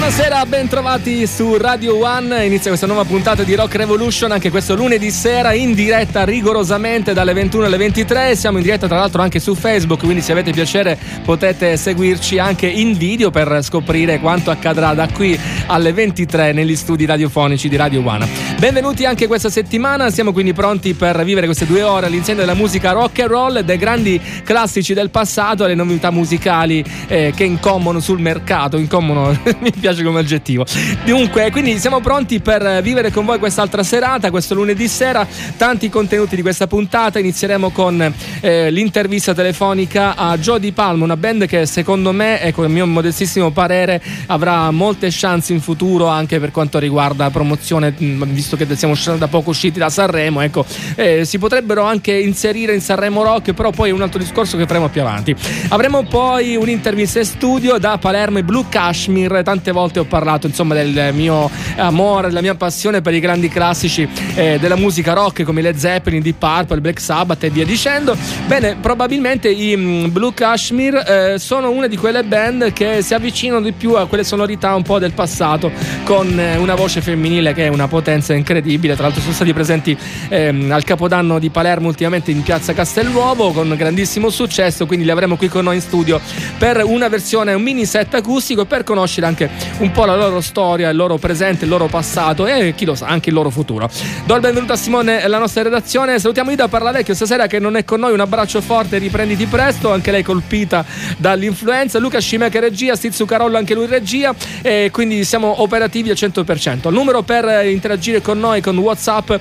Buonasera, ben trovati su Radio One. Inizia questa nuova puntata di Rock Revolution, anche questo lunedì sera, in diretta rigorosamente dalle 21 alle 23. Siamo in diretta tra l'altro anche su Facebook, quindi se avete piacere potete seguirci anche in video per scoprire quanto accadrà da qui alle 23 negli studi radiofonici di Radio One. Benvenuti anche questa settimana, siamo quindi pronti per vivere queste 2 ore all'insieme della musica rock and roll, dai grandi classici del passato alle novità musicali che incommono sul mercato. Incommono mi piace come aggettivo. Dunque, quindi siamo pronti per vivere con voi quest'altra serata, questo lunedì sera, tanti contenuti di questa puntata. Inizieremo con l'intervista telefonica a Joe Di Palma, una band che secondo me, ecco il mio modestissimo parere, avrà molte chance in futuro anche per quanto riguarda promozione, visto che siamo da poco usciti da Sanremo, ecco, si potrebbero anche inserire in Sanremo Rock, però poi è un altro discorso che faremo più avanti. Avremo poi un'intervista in studio da Palermo e Blue Kashmir. Tante volte ho parlato insomma del mio amore, della mia passione per i grandi classici della musica rock come Led Zeppelin, Deep Purple, Black Sabbath e via dicendo. Bene, probabilmente i Blue Kashmir sono una di quelle band che si avvicinano di più a quelle sonorità un po' del passato, con una voce femminile che è una potenza incredibile. Tra l'altro sono stati presenti al Capodanno di Palermo ultimamente in piazza Castelnuovo con grandissimo successo, quindi li avremo qui con noi in studio per una versione, un mini set acustico, per conoscere anche un po' la loro storia, il loro presente, il loro passato e chi lo sa anche il loro futuro. Do il benvenuto a Simone, la nostra redazione. Salutiamo Ida Parlavecchio stasera che non è con noi, un abbraccio forte, riprenditi presto, anche lei colpita dall'influenza. Luca Scimeca regia, Stizzu Carollo anche lui regia, e quindi siamo operativi al 100%. Il numero per interagire con noi con WhatsApp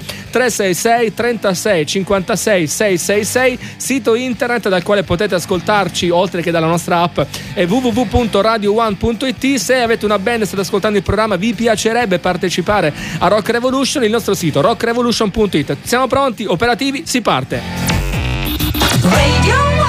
366 36 56 666, sito internet dal quale potete ascoltarci oltre che dalla nostra app è www.radioone.it. Se avete una band e state ascoltando il programma, vi piacerebbe partecipare a Rock Revolution, il nostro sito rockrevolution.it. Siamo pronti, operativi, si parte. Radio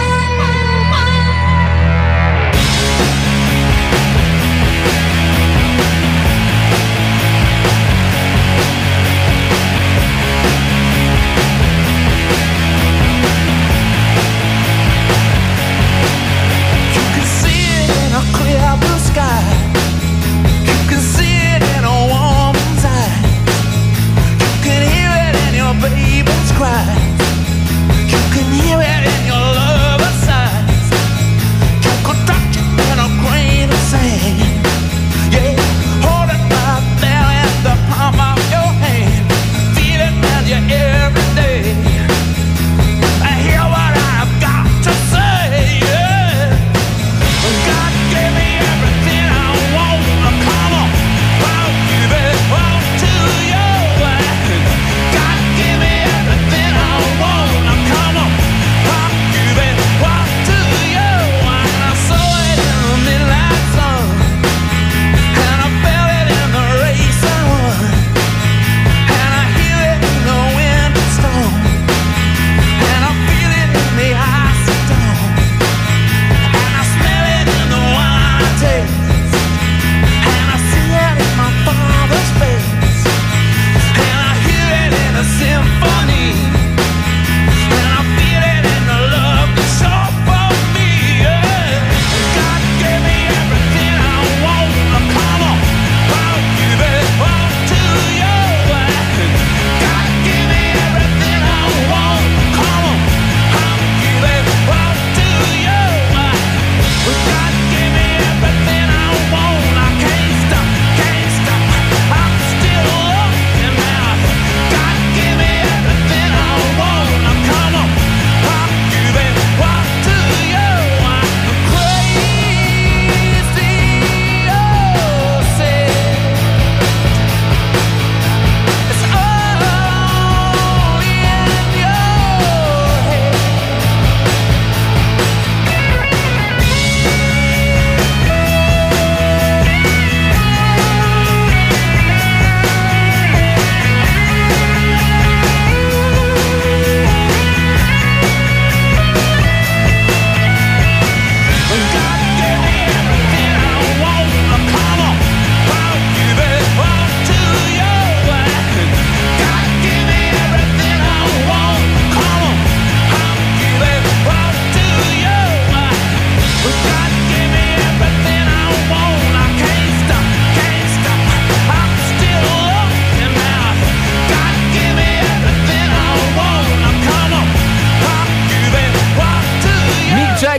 cry. You can hear it in your love.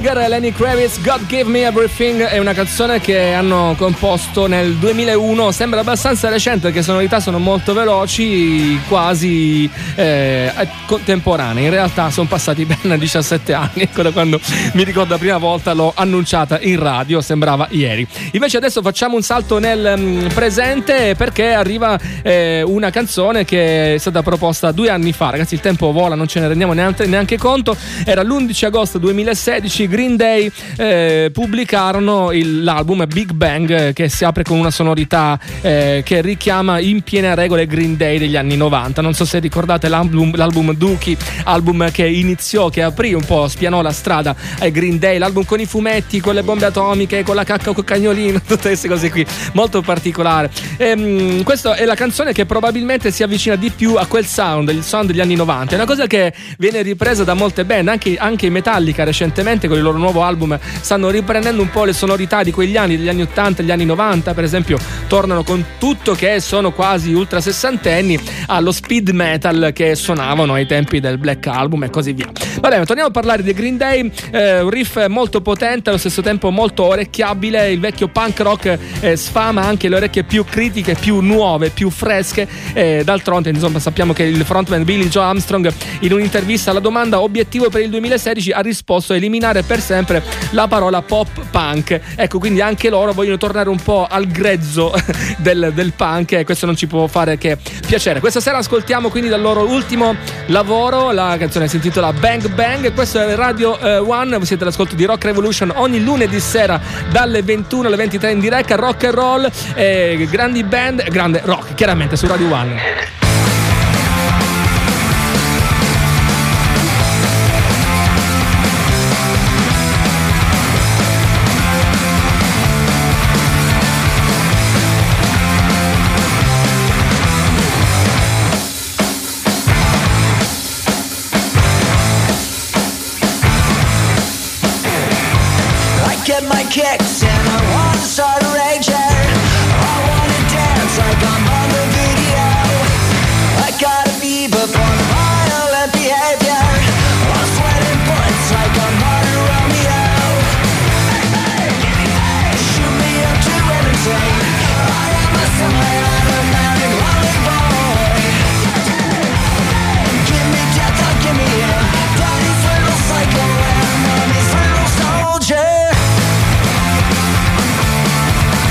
Jagger e Lenny Kravitz, God Give Me Everything, è una canzone che hanno composto nel 2001, sembra abbastanza recente perché le sonorità sono molto veloci, quasi contemporanee. In realtà sono passati ben 17 anni, da quando mi ricordo la prima volta l'ho annunciata in radio, sembrava ieri. Invece adesso facciamo un salto nel presente perché arriva una canzone che è stata proposta 2 anni fa. Ragazzi, il tempo vola, non ce ne rendiamo neanche conto. Era l'11 agosto 2016, Green Day pubblicarono l'album Big Bang, che si apre con una sonorità che richiama in piena regola Green Day degli anni 90. Non so se ricordate l'album Dookie, album che iniziò, che aprì un po', spianò la strada ai Green Day, l'album con i fumetti, con le bombe atomiche, con la cacca col cagnolino, tutte queste cose qui, molto particolare. Questa è la canzone che probabilmente si avvicina di più a quel sound, il sound degli anni 90. È una cosa che viene ripresa da molte band, anche i Metallica recentemente con il loro nuovo album stanno riprendendo un po' le sonorità di quegli anni, degli anni 80, degli anni 90 per esempio, tornano con tutto che sono quasi ultra sessantenni allo speed metal che suonavano ai tempi del Black Album e così via. Vabbè, torniamo a parlare di Green Day, un riff molto potente, allo stesso tempo molto orecchiabile. Il vecchio punk rock sfama anche le orecchie più critiche, più nuove, più fresche. D'altronde, insomma, sappiamo che il frontman Billy Joe Armstrong in un'intervista alla domanda obiettivo per il 2016 ha risposto: eliminare per sempre la parola pop punk. Ecco, quindi anche loro vogliono tornare un po' al grezzo del punk, e questo non ci può fare che piacere. Questa sera ascoltiamo quindi dal loro ultimo lavoro, la canzone si intitola Bang Bang. Questo è Radio One, voi siete all'ascolto di Rock Revolution ogni lunedì sera dalle 21 alle 23 in diretta, rock and roll, grandi band, grande rock, chiaramente su Radio One. Kicks and I want to start a raging. I want to dance like I'm on the video. I got a fever for violent behavior. I'm sweating bullets like I'm on a Romeo. Shoot me up to anything. I am a semi-automatic lonely boy. Give me death or give me in. Daddy's little psycho and mommy's little soldier.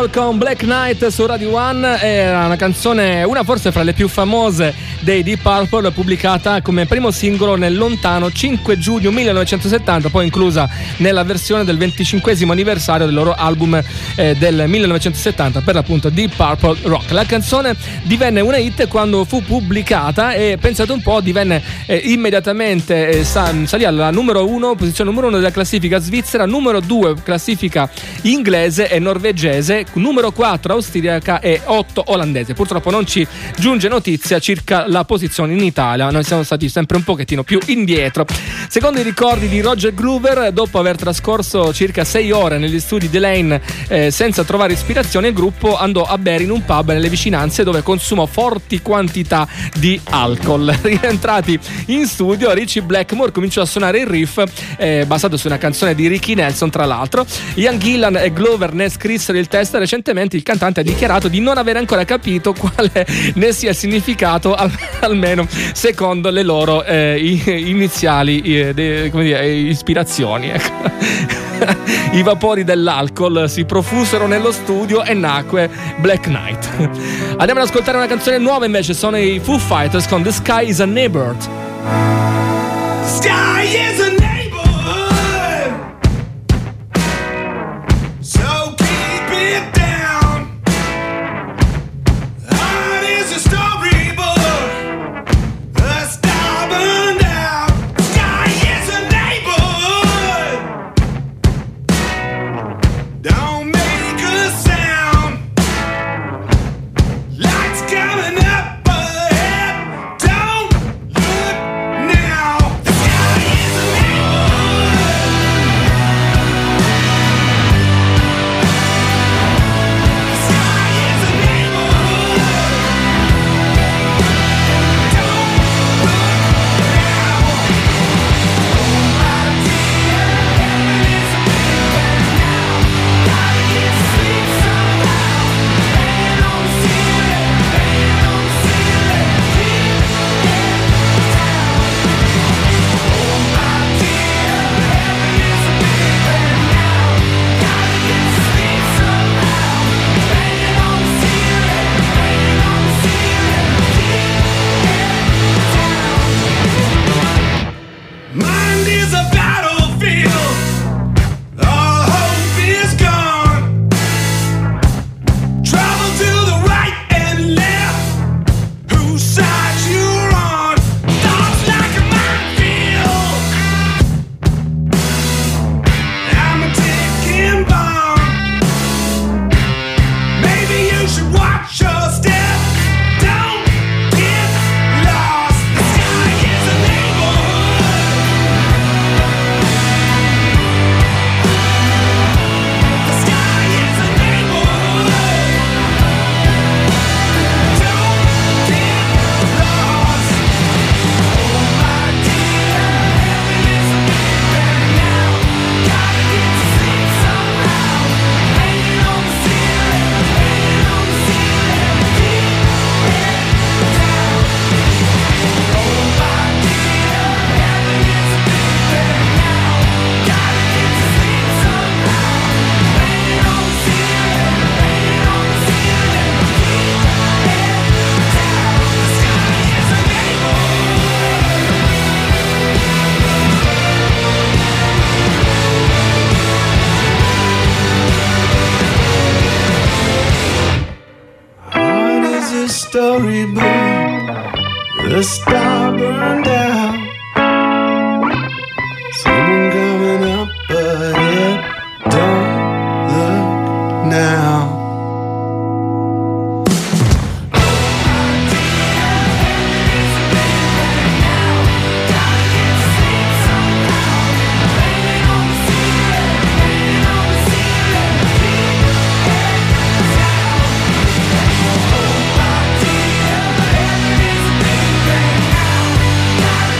Purple con Black Knight su Radio One. Era una canzone, una forse fra le più famose dei Deep Purple, pubblicata come primo singolo nel lontano 5 giugno 1970, poi inclusa nella versione del 25esimo anniversario del loro album del 1970, per l'appunto Deep Purple Rock. La canzone divenne una hit quando fu pubblicata e, pensate un po', divenne immediatamente salì alla numero 1, posizione numero 1 della classifica svizzera, numero 2 classifica inglese e norvegese, numero 4 austriaca e 8 olandese. Purtroppo non ci giunge notizia circa la posizione in Italia, noi siamo stati sempre un pochettino più indietro. Secondo i ricordi di Roger Glover, dopo aver trascorso circa 6 ore negli studi di Lane senza trovare ispirazione, il gruppo andò a bere in un pub nelle vicinanze, dove consumò forti quantità di alcol. Rientrati in studio, Ritchie Blackmore cominciò a suonare il riff basato su una canzone di Ricky Nelson, tra l'altro. Ian Gillan e Glover ne scrissero il testo e recentemente il cantante ha dichiarato di non avere ancora capito quale ne sia il significato, almeno secondo le loro iniziali ispirazioni, ecco. I vapori dell'alcol si profusero nello studio e nacque Black Knight. Andiamo ad ascoltare una canzone nuova invece, sono i Foo Fighters con The Sky is a Neighborhood. The sky is a neighborhood, so keep it down. Art is a storybook, a star burned out. The sky is a neighborhood, don't make a sound. Lights coming up ahead, don't look now. The sky is a neighborhood. The sky is a neighborhood. Don't look now. Oh my dear, heaven is a bigger now. Gotta get sleep somehow. Laying on the ceiling, laying on the ceiling. Keep it down. Oh my dear, heaven is a bigger now. Gotta get sleep somehow. Laying on the ceiling, laying on the ceiling. Keep it down. Mind is a battlefield. All hope is gone. Travel to the right and left. Whose side you're on? Thoughts like a minefield. I'm a ticking bomb. Maybe you should watch your step. Don't get lost. The sky is a neighborhood. The sky is a neighborhood. Don't get lost. Oh my dear, heaven is a bigger now. Gotta get to sleep somehow. Laying on the ceiling, laying on the ceiling. Keep it down. Oh my dear, heaven is a bigger now. Gotta get to sleep somehow. Laying on the ceiling, laying on the ceiling. Keep it down. The sky is a Heart is a storybook, the star burned out. Someone coming up ahead, don't look now. Gotta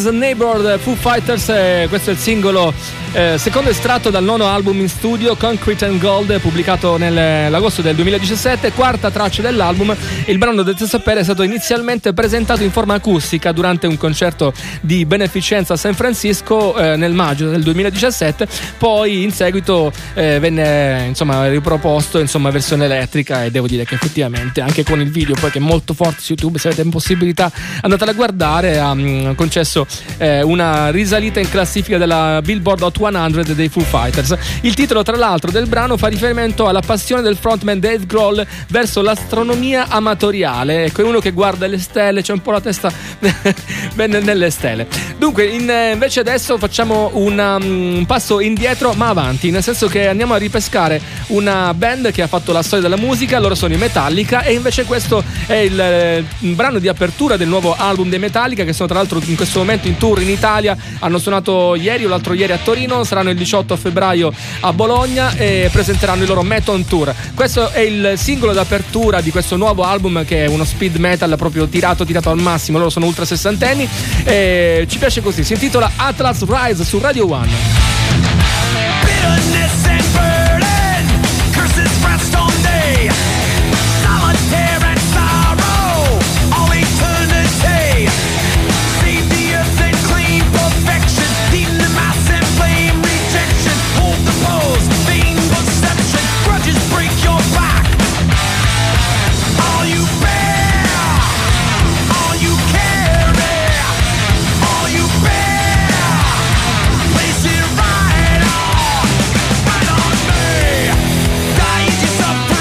Neighbor, Foo Fighters, questo è il singolo secondo estratto dal nono album in studio Concrete and Gold, pubblicato nell'agosto del 2017, quarta traccia dell'album. Il brano, dovete sapere, è stato inizialmente presentato in forma acustica durante un concerto di beneficenza a San Francisco nel maggio del 2017, poi in seguito venne insomma riproposto insomma versione elettrica, e devo dire che effettivamente anche con il video poi, che è molto forte su YouTube, se avete possibilità andatela a guardare, ha concesso una risalita in classifica della Billboard Hot 100 dei Foo Fighters. Il titolo, tra l'altro, del brano fa riferimento alla passione del frontman Dave Grohl verso l'astronomia amatoriale. Ecco, è uno che guarda le stelle, c'è un po' la testa ben nelle stelle. Dunque, invece adesso facciamo un passo indietro ma avanti, nel senso che andiamo a ripescare una band che ha fatto la storia della musica. Loro sono i Metallica, e invece questo è il brano di apertura del nuovo album dei Metallica, che sono tra l'altro in questo momento in tour in Italia. Hanno suonato ieri o l'altro ieri a Torino, saranno il 18 febbraio a Bologna e presenteranno il loro Metal Tour. Questo è il singolo d'apertura di questo nuovo album, che è uno speed metal proprio tirato al massimo. Loro sono ultra sessantenni e ci piace così. Si intitola Atlas Rise su Radio One. Bitterness and burden, curses rest on me. Solitaire and sorrow, all eternity. Save the earth and clean perfection. Deem the mass and flame rejection. Hold the pose, vain perception. Grudges break your back. All you bear, all you carry, all you bear. Place it right on me. Die yourself.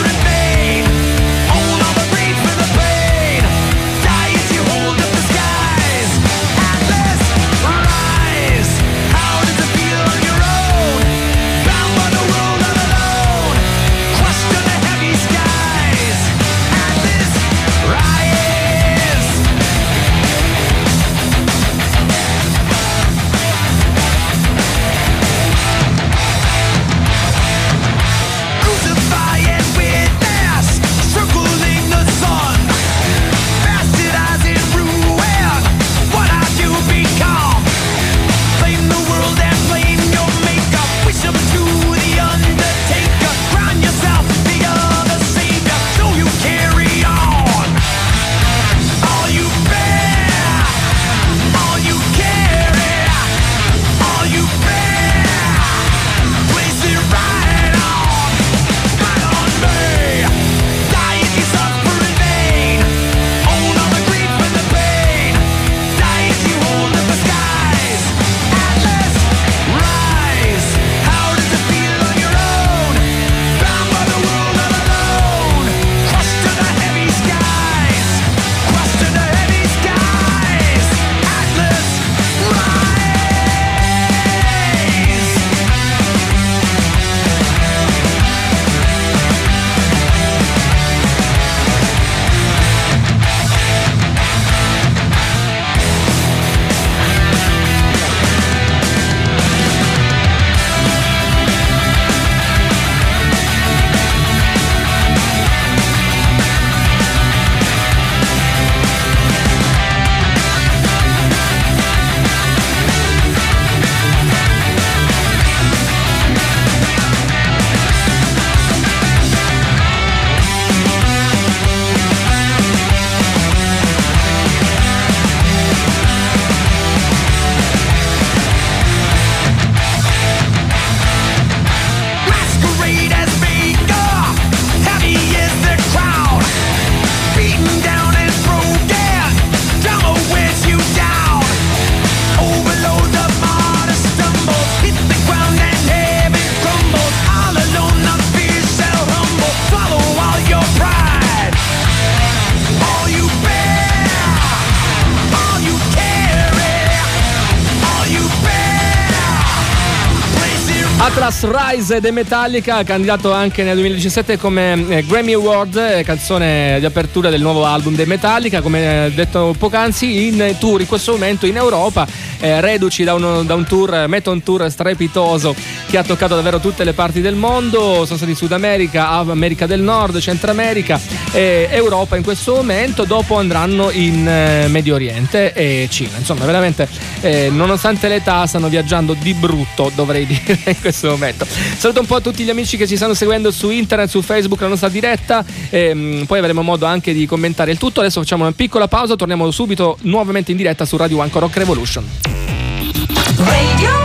Atlas Rise dei Metallica, candidato anche nel 2017 come Grammy Award, canzone di apertura del nuovo album dei Metallica, come detto poc'anzi, in tour in questo momento in Europa, reduci da un tour, Meton Tour strepitoso che ha toccato davvero tutte le parti del mondo. Sono stati in Sud America, America del Nord, Centro America e Europa in questo momento. Dopo andranno in Medio Oriente e Cina. Insomma, veramente nonostante l'età stanno viaggiando di brutto, dovrei dire, in questo momento. Saluto un po' tutti gli amici che ci stanno seguendo su internet, su Facebook, la nostra diretta, poi avremo modo anche di commentare il tutto. Adesso facciamo una piccola pausa, torniamo subito nuovamente in diretta su Radio One con Rock Revolution. Radio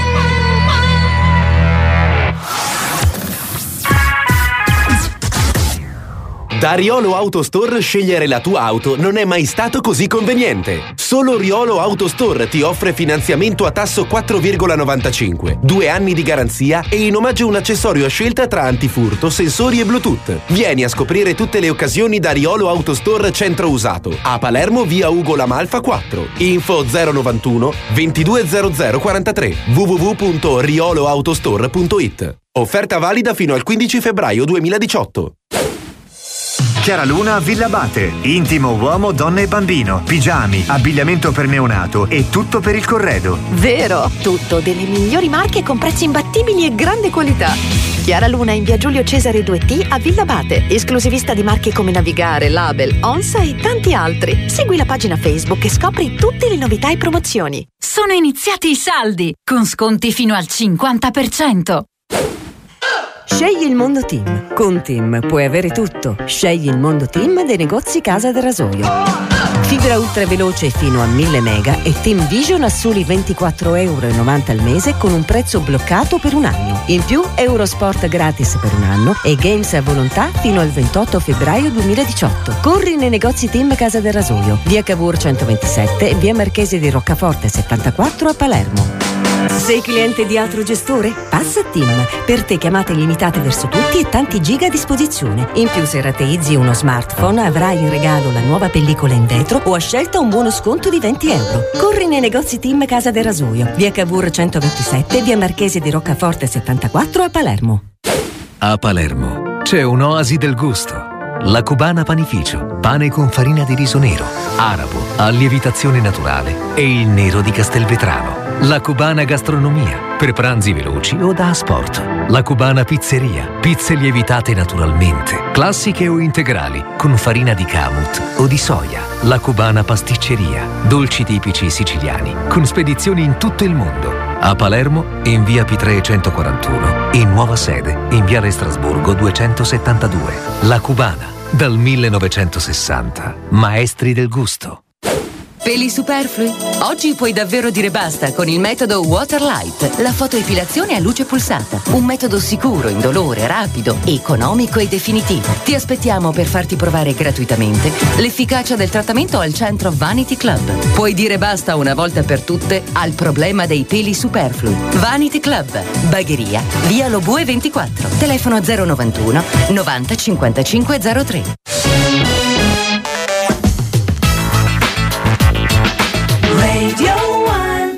Da Riolo Auto Store scegliere la tua auto non è mai stato così conveniente. Solo Riolo Auto Store ti offre finanziamento a tasso 4,95, 2 anni di garanzia e in omaggio un accessorio a scelta tra antifurto, sensori e Bluetooth. Vieni a scoprire tutte le occasioni da Riolo Auto Store Centro Usato, a Palermo via Ugo Lamalfa 4. Info 091 220043 www.rioloautostore.it. Offerta valida fino al 15 febbraio 2018. Chiara Luna a Villa Abate. Intimo uomo, donna e bambino. Pigiami, abbigliamento per neonato e tutto per il corredo. Vero, tutto delle migliori marche con prezzi imbattibili e grande qualità. Chiara Luna in via Giulio Cesare 2T a Villa Abate, esclusivista di marche come Navigare, Label, Onsa e tanti altri. Segui la pagina Facebook e scopri tutte le novità e promozioni. Sono iniziati i saldi, con sconti fino al 50%. Scegli il Mondo Team. Con Team puoi avere tutto. Scegli il Mondo Team dei negozi Casa del Rasoio. Fibra ultra veloce fino a 1000 mega e Team Vision a soli €24,90 al mese con un prezzo bloccato per un anno. In più Eurosport gratis per un anno e games a volontà fino al 28 febbraio 2018. Corri nei negozi Team Casa del Rasoio, via Cavour 127 e via Marchese di Roccaforte 74 a Palermo. Sei cliente di altro gestore? Passa a Team. Per te chiamate illimitate verso tutti e tanti giga a disposizione. In più, se rateizzi uno smartphone avrai in regalo la nuova pellicola in vetro o a scelta un buono sconto di €20. Corri nei negozi Team Casa del Rasoio, via Cavour 127, via Marchese di Roccaforte 74 a Palermo. A Palermo c'è un'oasi del gusto. La Cubana Panificio, pane con farina di riso nero, arabo, a lievitazione naturale e il nero di Castelvetrano. La Cubana Gastronomia, per pranzi veloci o da asporto. La Cubana Pizzeria, pizze lievitate naturalmente, classiche o integrali, con farina di kamut o di soia. La Cubana Pasticceria, dolci tipici siciliani, con spedizioni in tutto il mondo. A Palermo in via Pitree 141 e nuova sede in viale Strasburgo 272. La Cubana, dal 1960. Maestri del gusto. Peli superflui? Oggi puoi davvero dire basta con il metodo Waterlight, la fotoepilazione a luce pulsata. Un metodo sicuro, indolore, rapido, economico e definitivo. Ti aspettiamo per farti provare gratuitamente l'efficacia del trattamento al centro Vanity Club. Puoi dire basta una volta per tutte al problema dei peli superflui. Vanity Club, Bagheria, via Lobue 24. Telefono 091 90 55 03. Radio One.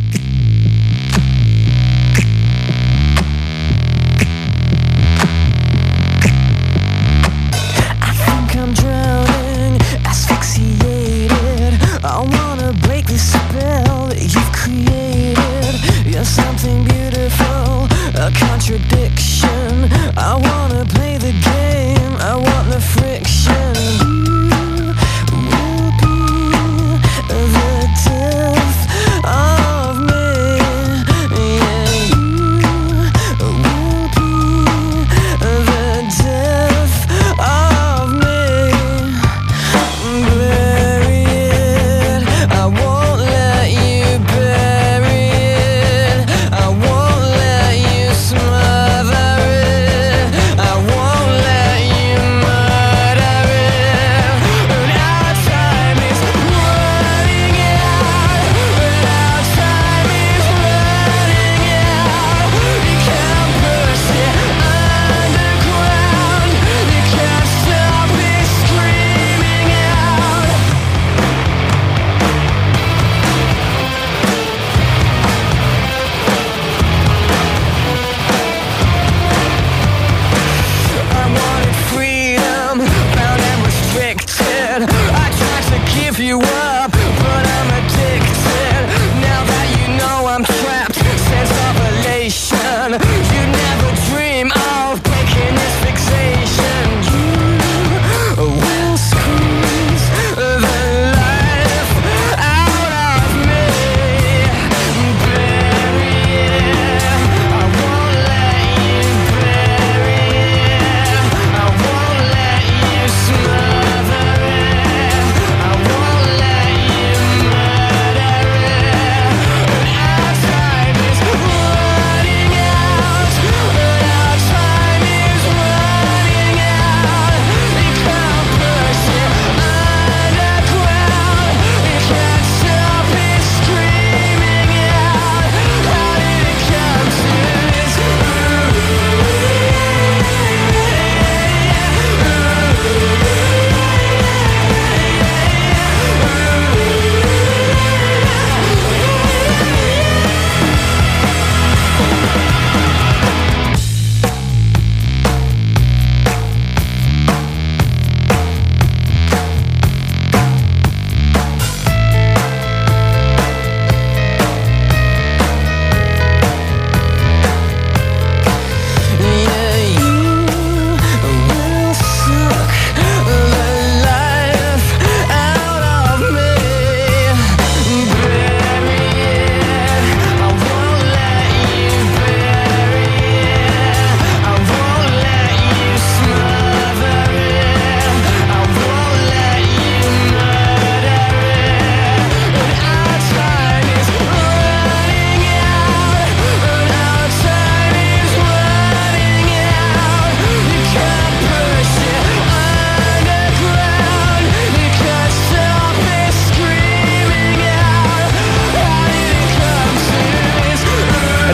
I think I'm drowning, asphyxiated. I wanna break the spell that you've created. You're something beautiful, a contradiction. I wanna play the game, I want the friction.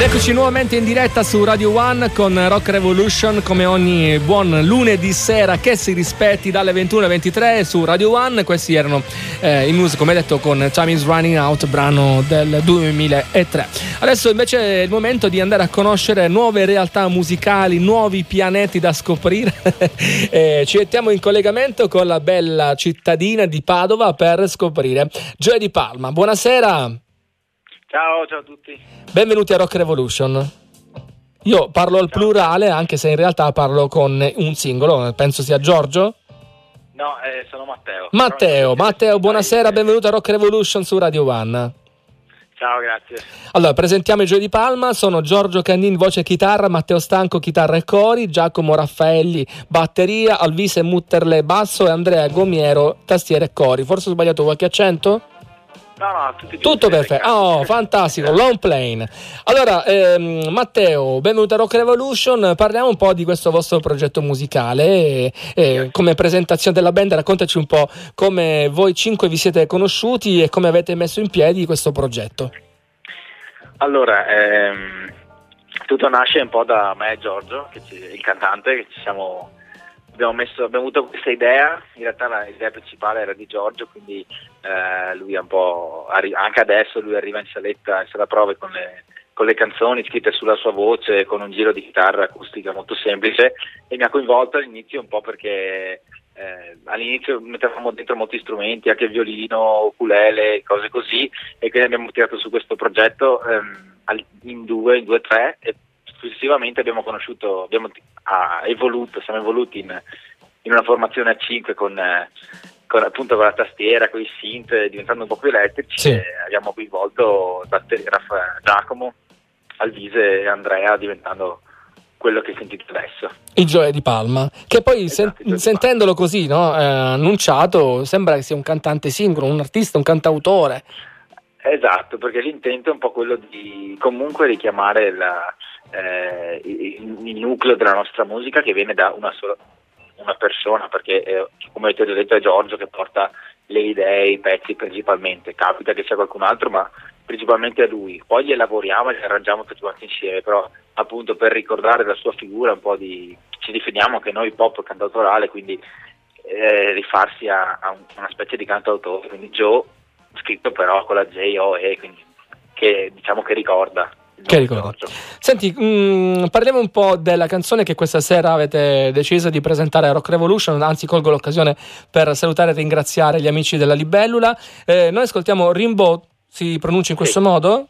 Eccoci nuovamente in diretta su Radio One con Rock Revolution, come ogni buon lunedì sera che si rispetti, dalle 21 alle 23 su Radio One. Questi erano i Muse, come detto, con Time is Running Out, brano del 2003. Adesso invece è il momento di andare a conoscere nuove realtà musicali, nuovi pianeti da scoprire. Ci mettiamo in collegamento con la bella cittadina di Padova per scoprire Gioia Di Palma. Buonasera. Ciao a tutti. Benvenuti a Rock Revolution. Io parlo al plurale, anche se in realtà parlo con un singolo, penso sia Giorgio. No, sono Matteo. Matteo, buonasera, benvenuto a Rock Revolution su Radio One. Ciao, grazie. Allora, presentiamo i Gioia Di Palma. Sono Giorgio Cannin, voce e chitarra, Matteo Stanco, chitarra e cori, Giacomo Raffaelli, batteria, Alvise Mutterle, basso, e Andrea Gomiero, tastiere e cori. Forse ho sbagliato qualche accento? No, tutto perfetto. Oh, fantastico, long plane. Allora, Matteo, benvenuto a Rock Revolution. Parliamo un po' di questo vostro progetto musicale. Come presentazione della band, raccontaci un po' come voi cinque vi siete conosciuti e come avete messo in piedi questo progetto. Allora, tutto nasce un po' da me e Giorgio, il cantante, che abbiamo avuto questa idea. In realtà l'idea principale era di Giorgio, quindi lui è un po' anche adesso lui arriva in sala prove con le canzoni scritte sulla sua voce, con un giro di chitarra acustica molto semplice, e mi ha coinvolto all'inizio un po' perché all'inizio mettevamo dentro molti strumenti, anche violino, ukulele, cose così, e quindi abbiamo tirato su questo progetto in due, tre, e successivamente siamo evoluti in una formazione a 5 con appunto con la tastiera, con i synth, diventando un po' più elettrici. Sì. E abbiamo coinvolto Giacomo, Alvise e Andrea, diventando quello che sentite adesso. Il Gioia Di Palma, che poi Esatto, sentendolo così, no, annunciato, sembra che sia un cantante singolo, un artista, un cantautore. Esatto, perché l'intento è un po' quello di comunque richiamare il nucleo della nostra musica, che viene da una persona, perché come avete già detto è Giorgio che porta le idee, i pezzi principalmente. Capita che sia qualcun altro, ma principalmente è lui. Poi gli lavoriamo e li arrangiamo tutti quanti insieme, però appunto per ricordare la sua figura ci definiamo anche noi pop cantautorale, quindi rifarsi a una specie di cantautore, quindi Joe scritto però con la J-O-E, quindi che diciamo che ricorda. Senti, parliamo un po' della canzone che questa sera avete deciso di presentare a Rock Revolution. Anzi, colgo l'occasione per salutare e ringraziare gli amici della Libellula. Noi ascoltiamo Rimbaud, si pronuncia in questo modo?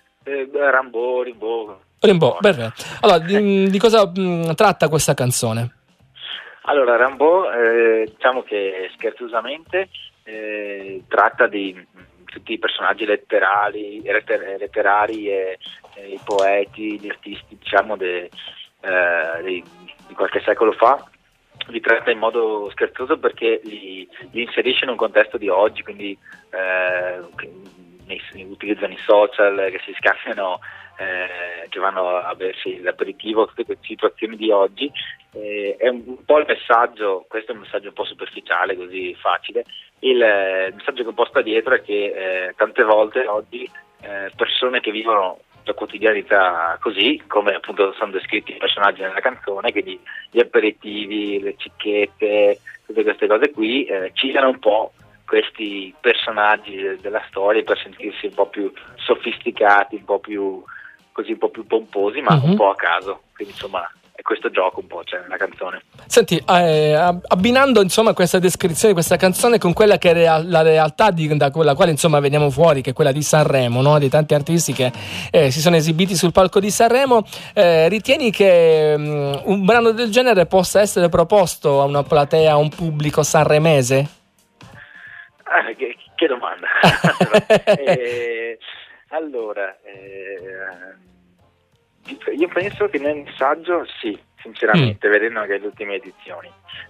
Rimbaud, perfetto. Allora, di cosa tratta questa canzone? Allora, Rimbaud, diciamo che scherzosamente tratta di tutti i personaggi letterari e i poeti, gli artisti, diciamo, di qualche secolo fa. Li tratta in modo scherzoso perché li inserisce in un contesto di oggi, quindi utilizzano i social, che si scambiano, che vanno a bersi l'aperitivo, tutte queste situazioni di oggi. È un po' il messaggio, questo è un messaggio un po' superficiale, così facile. Il messaggio che porta dietro è che tante volte oggi persone che vivono la quotidianità così, come appunto sono descritti i personaggi nella canzone, quindi gli aperitivi, le cicchette, tutte queste cose qui, citano un po' questi personaggi della storia per sentirsi un po' più sofisticati, un po' più pomposi, ma un po' a caso. Quindi insomma è questo gioco un po' c'è nella canzone. Senti, abbinando insomma questa descrizione di questa canzone con quella che è la realtà da quella quale insomma veniamo fuori, che è quella di Sanremo, no? Di tanti artisti che si sono esibiti sul palco di Sanremo, ritieni che un brano del genere possa essere proposto a una platea, a un pubblico sanremese? Che domanda. Allora, io penso che nel messaggio sì, sinceramente, vedendo anche le ultime edizioni,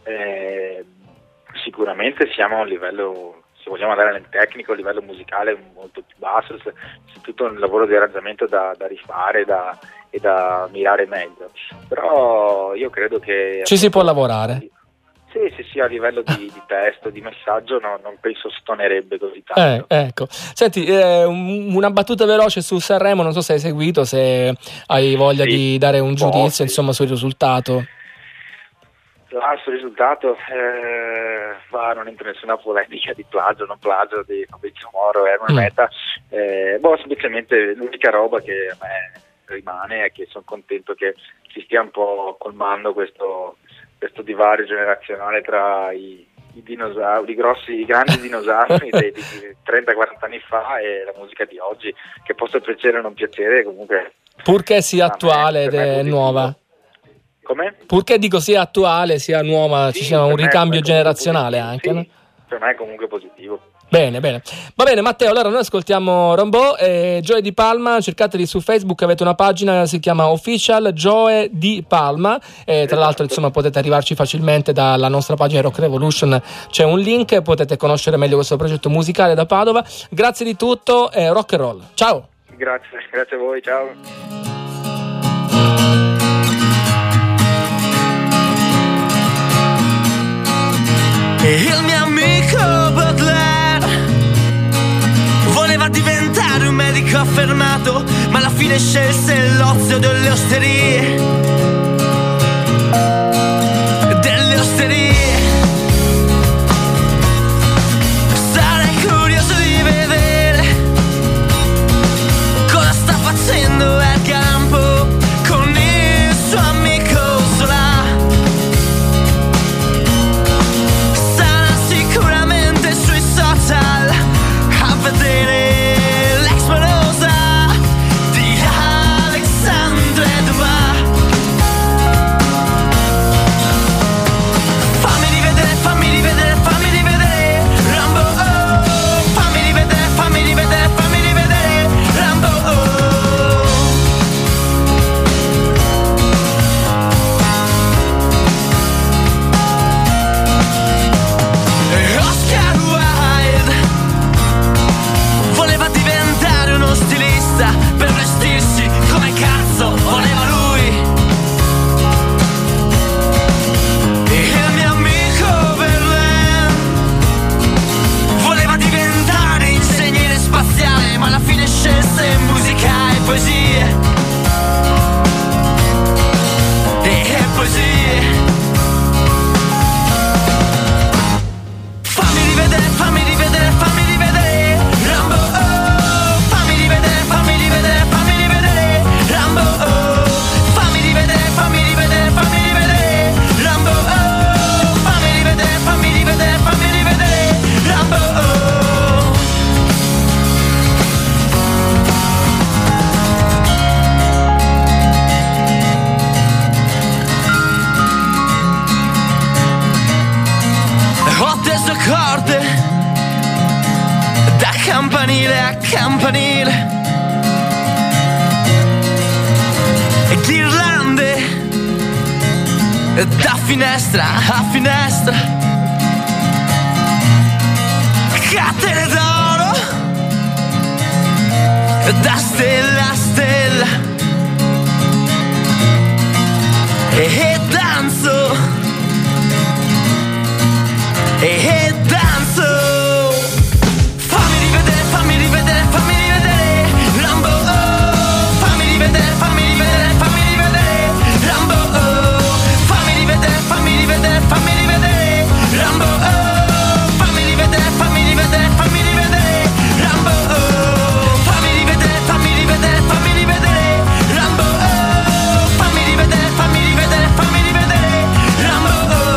sicuramente siamo a un livello, se vogliamo andare nel tecnico, a livello musicale molto più basso, c'è tutto un lavoro di arrangiamento da rifare e da mirare meglio, però io credo che ci si può lavorare. Sì, a livello di testo, di messaggio non penso stonerebbe così tanto. Ecco. Senti, una battuta veloce su Sanremo, non so se hai seguito, se hai voglia di dare un giudizio insomma sul risultato. Sul risultato non entro in nessuna polemica di plagio, non plagio di Fabrizio Moro, è una meta. Semplicemente l'unica roba che a me rimane è che sono contento che si stia un po' colmando questo divario generazionale tra i dinosauri, i grandi dinosauri di 30-40 anni fa e la musica di oggi, che possa piacere o non piacere, comunque purché sia attuale ed è nuova. Come? Purché dico sia attuale, sia nuova, ci sia un ricambio generazionale anche, sì, no? Per me è comunque positivo. Bene. Va bene, Matteo, allora noi ascoltiamo Rambo e Joe Di Palma. Cercateli su Facebook, avete una pagina, si chiama Official Joe Di Palma, e tra l'altro insomma potete arrivarci facilmente dalla nostra pagina Rock Revolution, c'è un link, potete conoscere meglio questo progetto musicale da Padova. Grazie di tutto e rock and roll. Ciao. Grazie a voi, ciao. Il mio amico Baudelaire voleva diventare un medico affermato, ma alla fine scelse l'ozio delle osterie. Sarei curioso di vedere cosa sta facendo Edgar Allan Poe con il suo amico Zola. A vedere l'ex morosa di Alexandre Dumas. Fammi rivedere Rambo, oh. Fammi rivedere Rambo, oh. Oscar Wilde voleva diventare uno stilista per vestirsi come cazzo voleva lui. Il mio amico Verlaine voleva diventare ingegnere spaziale, ma alla fine scelse musica e poesie. E poesie. Fammi rivedere Rambo, oh. Fammi rivedere Rambo, oh. Fammi rivedere Rambo, oh. Fammi rivedere Rambo, oh. Ho teso corde da campanile a campanile e ghirlande da finestra a finestra, catene d'oro da stella a stella, e danzo e danzo. Fammi rivedere Rambo, oh. Fammi rivedere Rambo, oh. Fammi rivedere Rambo, oh. Fammi rivedere Rambo, oh. Fammi rivedere Rambo, oh. Fammi rivedere Rambo,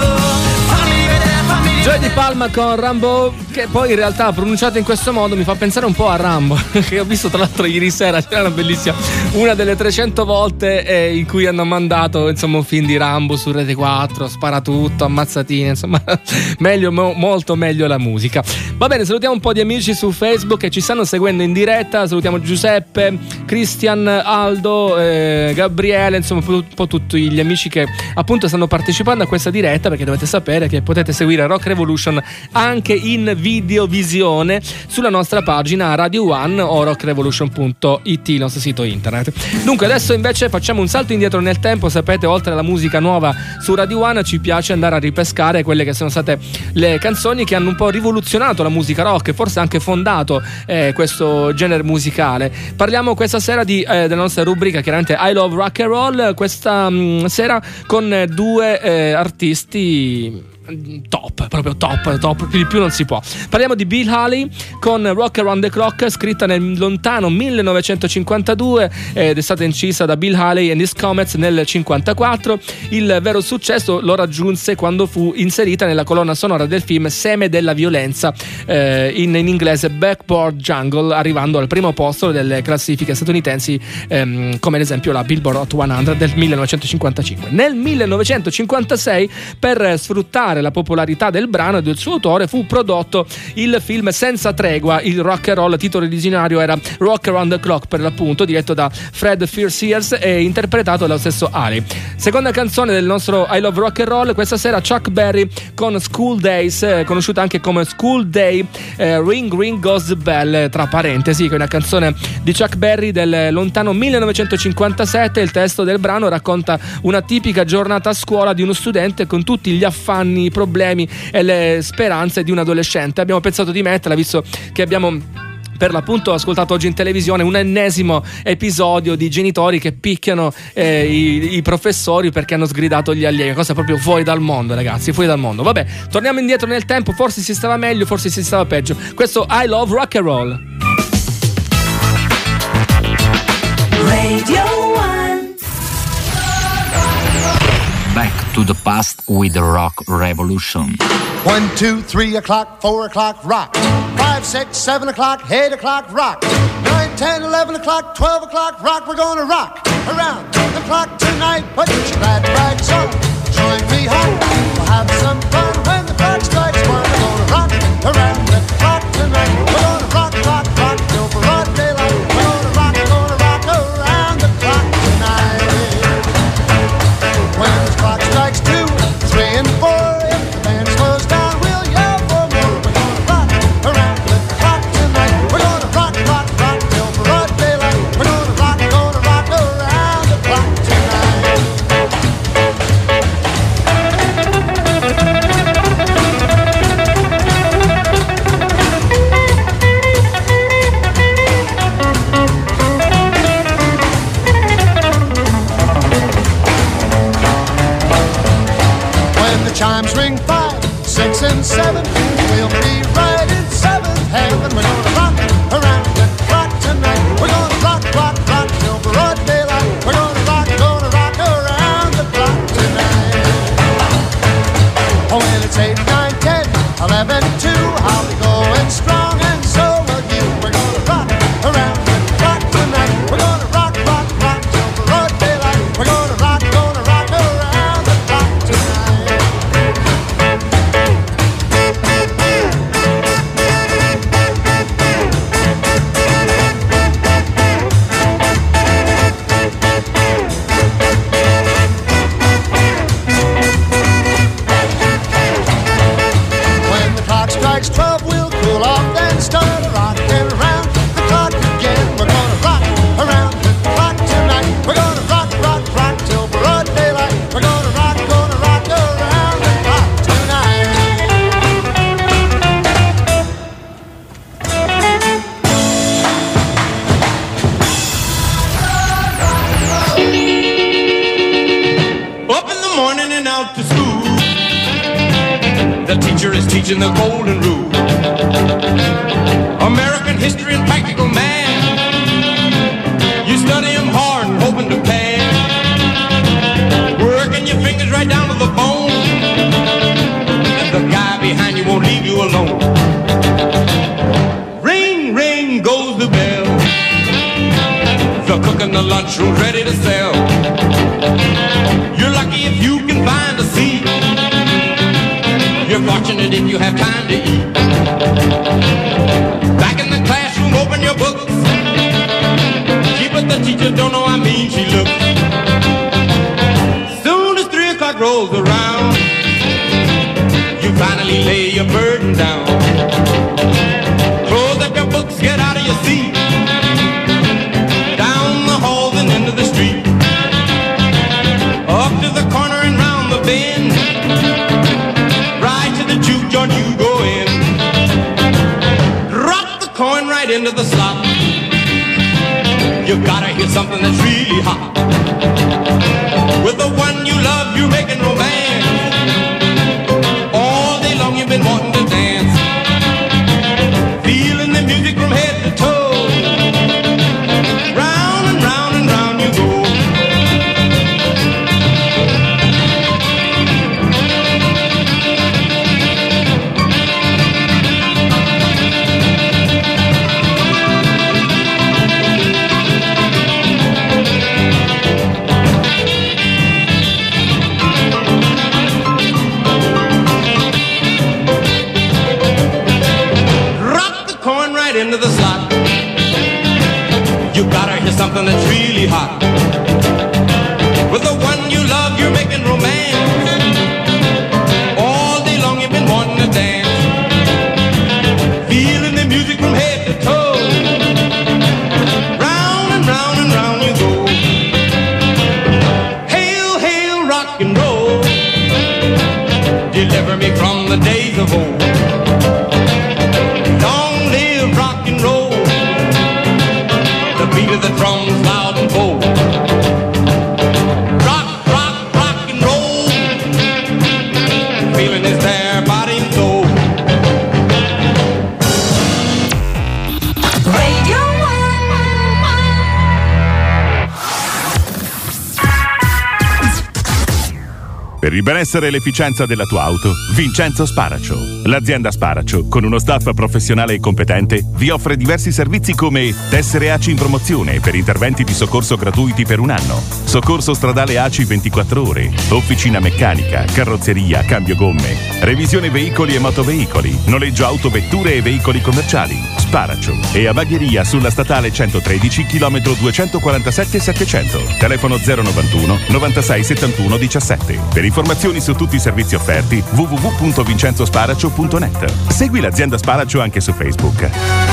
oh. Joe Di Palma con Rambo, che poi in realtà pronunciato in questo modo mi fa pensare un po' a Rambo, che ho visto tra l'altro ieri sera, c'era una bellissima, una delle 300 volte in cui hanno mandato insomma un film di Rambo su Rete 4, spara tutto, ammazzatine, insomma meglio, molto meglio la musica. Va bene, salutiamo un po' di amici su Facebook che ci stanno seguendo in diretta, salutiamo Giuseppe, Cristian, Aldo, Gabriele, insomma un po' tutti gli amici che appunto stanno partecipando a questa diretta, perché dovete sapere che potete seguire Rock Revolution anche in videovisione sulla nostra pagina Radio One o rockrevolution.it, il nostro sito internet. Dunque adesso invece facciamo un salto indietro nel tempo. Sapete, oltre alla musica nuova su Radio One ci piace andare a ripescare quelle che sono state le canzoni che hanno un po' rivoluzionato la musica rock e forse anche fondato questo genere musicale. Parliamo questa sera della nostra rubrica, chiaramente I Love Rock and Roll, questa sera con due artisti top, proprio top, più di più non si può. Parliamo di Bill Haley con Rock Around the Clock, scritta nel lontano 1952 ed è stata incisa da Bill Haley and His Comets nel 1954. Il vero successo lo raggiunse quando fu inserita nella colonna sonora del film Seme della violenza, in inglese Backboard Jungle, arrivando al primo posto delle classifiche statunitensi, come ad esempio la Billboard Hot 100 del 1955. Nel 1956, per sfruttare la popolarità del brano e del suo autore, fu prodotto il film Senza tregua, il rock and roll. Il titolo originario era Rock Around the Clock, per l'appunto, diretto da Fred Sears e interpretato dallo stesso Haley. Seconda canzone del nostro I Love Rock and Roll, questa sera Chuck Berry con School Days, conosciuta anche come School Day, Ring Ring Goes the Bell, tra parentesi, che è una canzone di Chuck Berry del lontano 1957. Il testo del brano racconta una tipica giornata a scuola di uno studente con tutti gli affanni, i problemi e le speranze di un adolescente. Abbiamo pensato di metterla visto che abbiamo per l'appunto ascoltato oggi in televisione un ennesimo episodio di genitori che picchiano i professori perché hanno sgridato gli allievi, cosa proprio fuori dal mondo, ragazzi, fuori dal mondo. Vabbè, torniamo indietro nel tempo, forse si stava meglio, forse si stava peggio. Questo I Love Rock and Roll. Radio One. Back to the past with the Rock Revolution. 1, 2, 3 o'clock, 4 o'clock, rock. 5, 6, 7 o'clock, 8 o'clock, rock. 9, 10, 11 o'clock, 12 o'clock, rock. We're gonna rock around the clock tonight. Put your glad rags on, join me home. We'll have some fun when the clock strikes 1. We're gonna rock around the clock tonight. We're gonna rock, rock, rock till broad daylight. We're gonna rock around the clock tonight. When the clock strikes 2, 3 and 4, if the band slows down, we'll yell for more. We're gonna rock around the clock tonight. We're gonna rock, rock, rock till broad daylight. We're gonna rock around the clock tonight. When the chimes ring 5, 6 and 7, we'll be right in 7th heaven. We're gonna rock around the clock tonight. We're gonna rock, rock, rock till broad daylight. We're gonna rock around the clock tonight. Oh, when it's 8, 9, 10, 11, 2, I'll be going strong and so will you. We're gonna rock around the clock tonight. We're gonna rock, rock, rock till broad daylight. We're gonna rock around the clock tonight. When the clock strikes 12, we'll cool off and start rocking around the clock again. We're gonna rock around the clock tonight. We're gonna rock, rock, rock till broad daylight. We're gonna rock around the clock tonight. Up in the morning and out to school. The teacher is teaching the golden rule. American history and practical math. You study them hard and hoping to pass. Working your fingers right down to the bone. And the guy behind you won't leave you alone. Ring, ring goes the bell. The cook in the lunchroom's ready to sell. You're lucky if you can find a seat. You're fortunate if you have time to eat. Back in the classroom, open your books. Gee, but the teacher don't know how mean she looks. Soon as 3 o'clock rolls around, you finally lay your burden down. something that's really hot. With the one you love, you're making romance. All day long you've been wanting to dance. Feeling the music from head to toe. Round and round and round you go. Into the slot. You gotta hear something that's really hot. With the one you love, you're making romance. All day long you've been wanting to dance. Feeling the music from head to toe. Round and round and round you go. Hail, hail, rock and roll. Deliver me from the days of old. Rock and roll, the beat of the drums loud and bold. Rock, rock, rock and roll, feeling is there, body and soul. Radio Per il benessere e l'efficienza della tua auto, Vincenzo Sparacio. L'azienda Sparacio, con uno staff professionale e competente, vi offre diversi servizi come tessere ACI in promozione per interventi di soccorso gratuiti per 1 anno, soccorso stradale ACI 24 ore, officina meccanica, carrozzeria, cambio gomme, revisione veicoli e motoveicoli, noleggio auto, vetture e veicoli commerciali. Sparacio e a Bagheria sulla statale 113 km 247 700. Telefono 091 96 71 17. Per informazioni su tutti i servizi offerti www.vincenzosparacio.net. Segui l'azienda Sparacio anche su Facebook.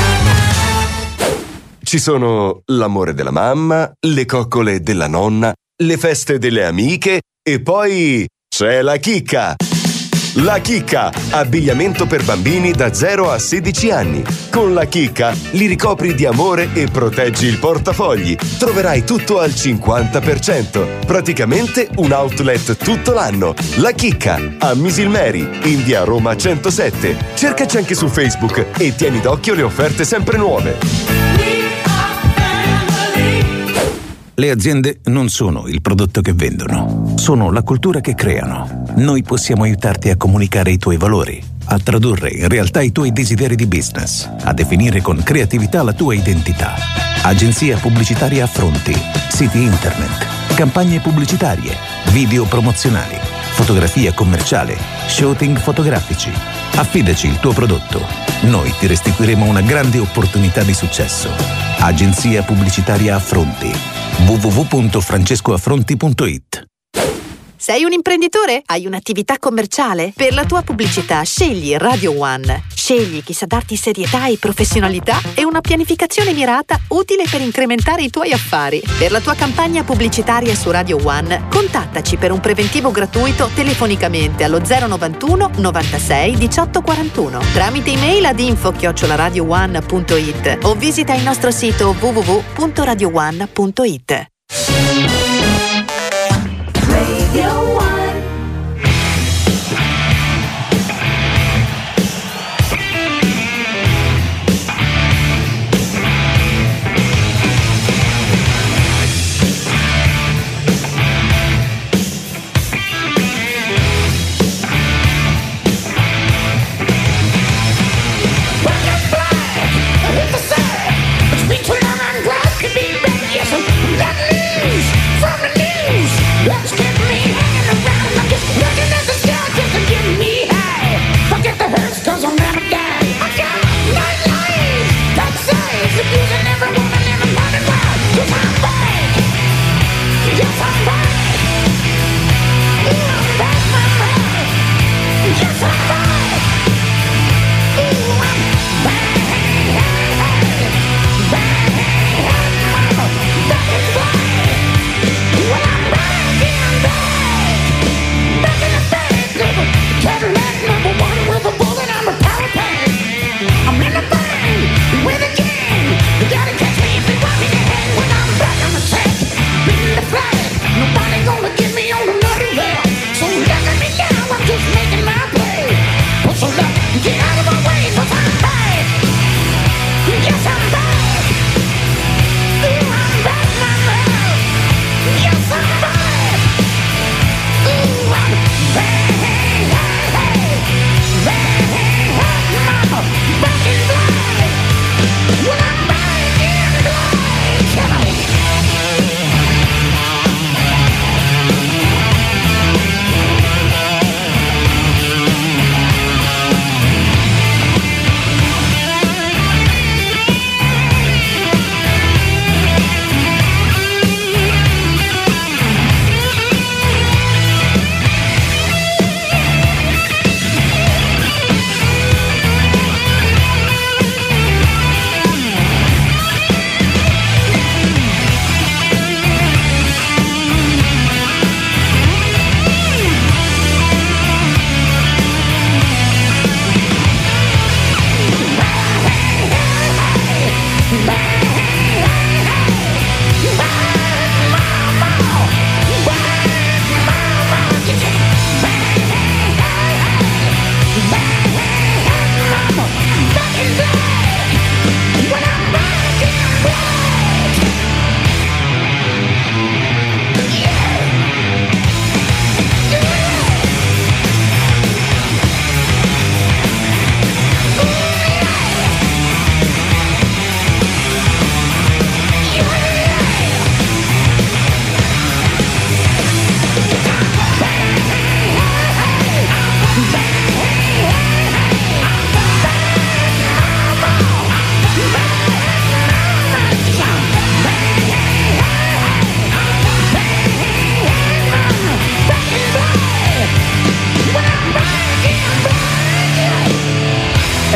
Ci sono l'amore della mamma, le coccole della nonna, le feste delle amiche e poi c'è la chicca. La Chicca, abbigliamento per bambini da 0 a 16 anni. Con La Chicca li ricopri di amore e proteggi il portafogli. Troverai tutto al 50%. Praticamente un outlet tutto l'anno. La Chicca, a Misilmeri, in via Roma 107. Cercaci anche su Facebook e tieni d'occhio le offerte sempre nuove. Le aziende non sono il prodotto che vendono, sono la cultura che creano. Noi possiamo aiutarti a comunicare i tuoi valori, a tradurre in realtà i tuoi desideri di business, a definire con creatività la tua identità. Agenzia pubblicitaria Affronti, siti internet, campagne pubblicitarie, video promozionali, fotografia commerciale, shooting fotografici. Affidaci il tuo prodotto. Noi ti restituiremo una grande opportunità di successo. Agenzia pubblicitaria Affronti. www.francescoaffronti.it. Sei un imprenditore? Hai un'attività commerciale? Per la tua pubblicità scegli Radio One. Scegli chi sa darti serietà e professionalità e una pianificazione mirata utile per incrementare i tuoi affari. Per la tua campagna pubblicitaria su Radio One, contattaci per un preventivo gratuito telefonicamente allo 091 96 18 41 tramite email ad info@radioone.it o visita il nostro sito www.radioone.it. Radio One. Between them and glad to be ready, yes, that means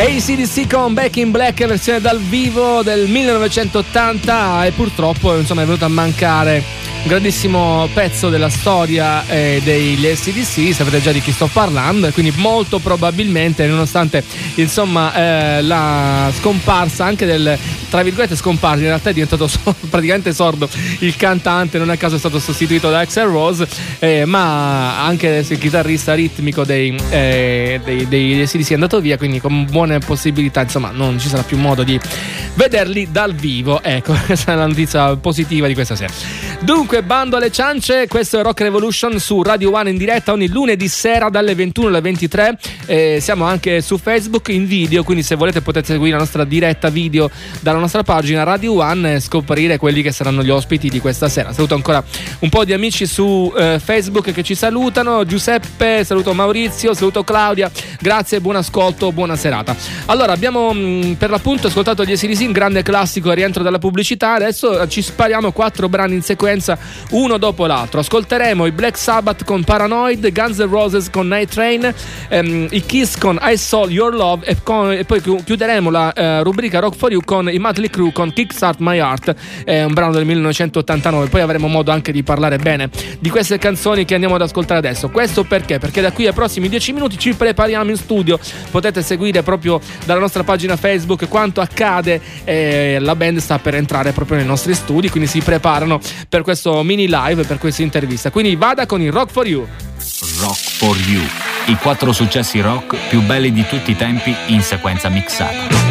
AC/DC con Back in Black, versione dal vivo del 1980, e purtroppo insomma è venuto a mancare un grandissimo pezzo della storia degli AC/DC. Sapete già di chi sto parlando, e quindi molto probabilmente, nonostante insomma la scomparsa anche del, tra virgolette scomparsa, in realtà è diventato praticamente sordo il cantante, non a caso è stato sostituito da Axl Rose, ma anche il chitarrista ritmico degli AC/DC è andato via, quindi con buone possibilità insomma non ci sarà più modo di vederli dal vivo. Ecco, questa è la notizia positiva di questa sera. Dunque, bando alle ciance, questo è Rock Revolution su Radio One in diretta ogni lunedì sera dalle 21 alle 23. Siamo anche su Facebook in video, quindi se volete potete seguire la nostra diretta video dalla nostra pagina Radio One e scoprire quelli che saranno gli ospiti di questa sera. Saluto ancora un po' di amici su Facebook che ci salutano: Giuseppe, saluto Maurizio, saluto Claudia, grazie, buon ascolto, buona serata. Allora, abbiamo per l'appunto ascoltato gli AC/DC, un grande classico, rientro dalla pubblicità. Adesso ci spariamo 4 brani in sequenza, uno dopo l'altro. Ascolteremo i Black Sabbath con Paranoid, Guns N' Roses con Night Train, i Kiss con I Saw Your Love, e poi chiuderemo la rubrica Rock for You con i Mötley Crüe con Kickstart My Heart, un brano del 1989. Poi avremo modo anche di parlare bene di queste canzoni che andiamo ad ascoltare adesso. Questo perché da qui ai prossimi 10 minuti ci prepariamo in studio. Potete seguire proprio dalla nostra pagina Facebook quanto accade. La band sta per entrare proprio nei nostri studi, quindi si preparano per questo mini live, per questa intervista. Quindi vada con il Rock for You. Rock for You, i 4 successi rock più belli di tutti i tempi in sequenza mixata.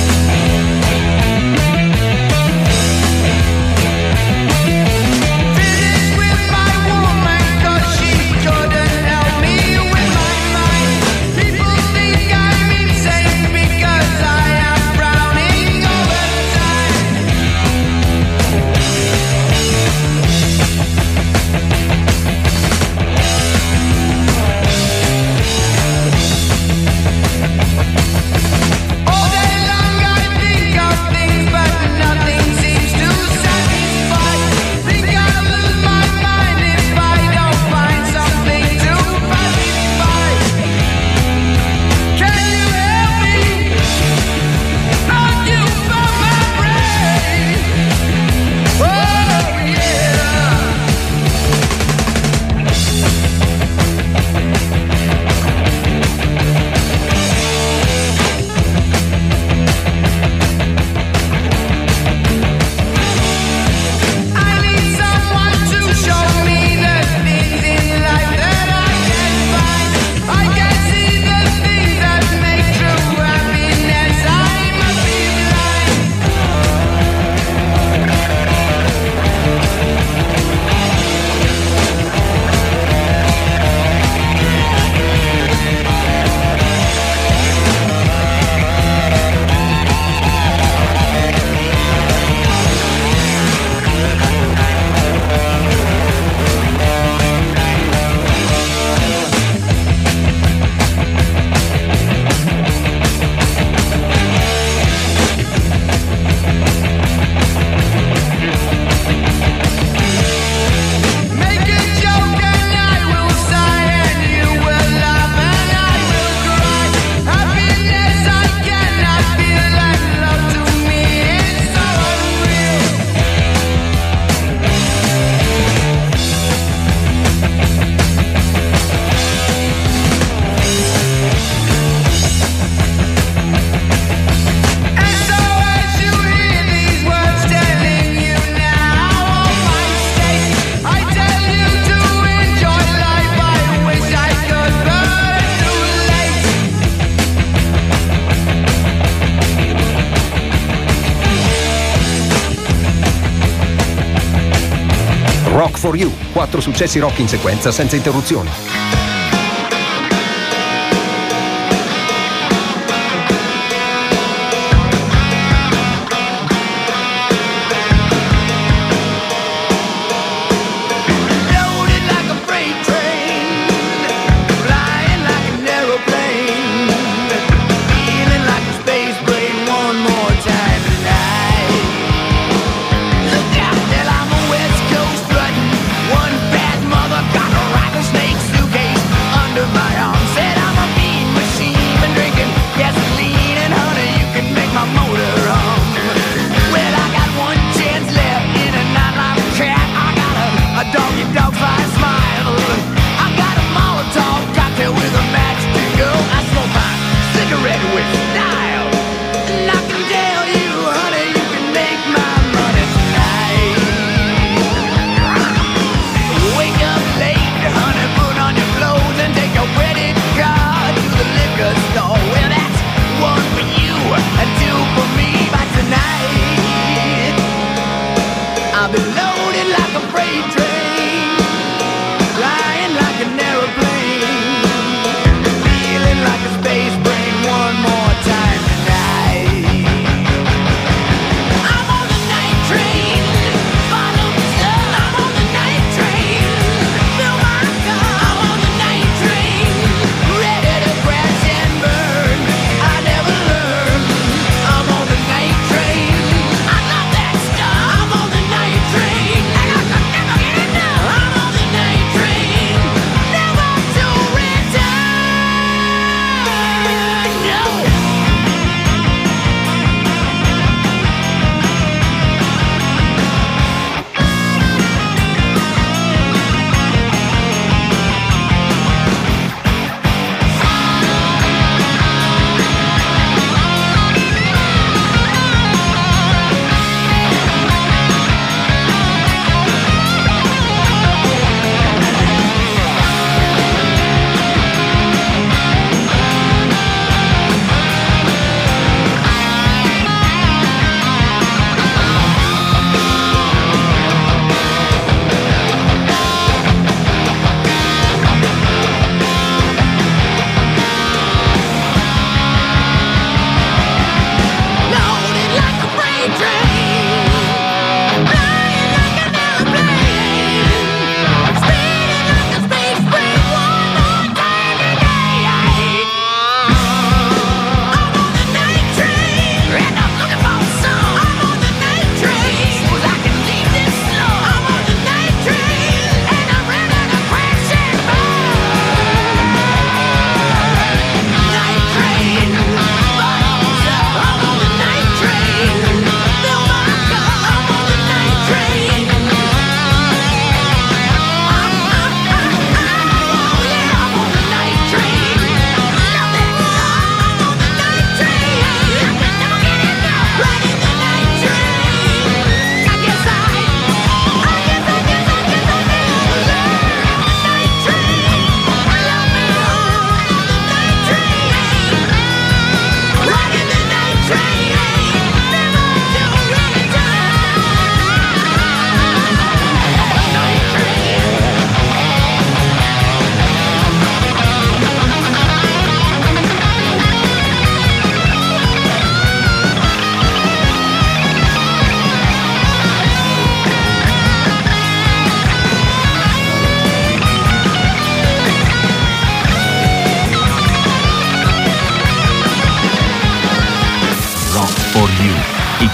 Rock for You, 4 successi rock in sequenza senza interruzioni. One bad mother got a rattlesnake suitcase.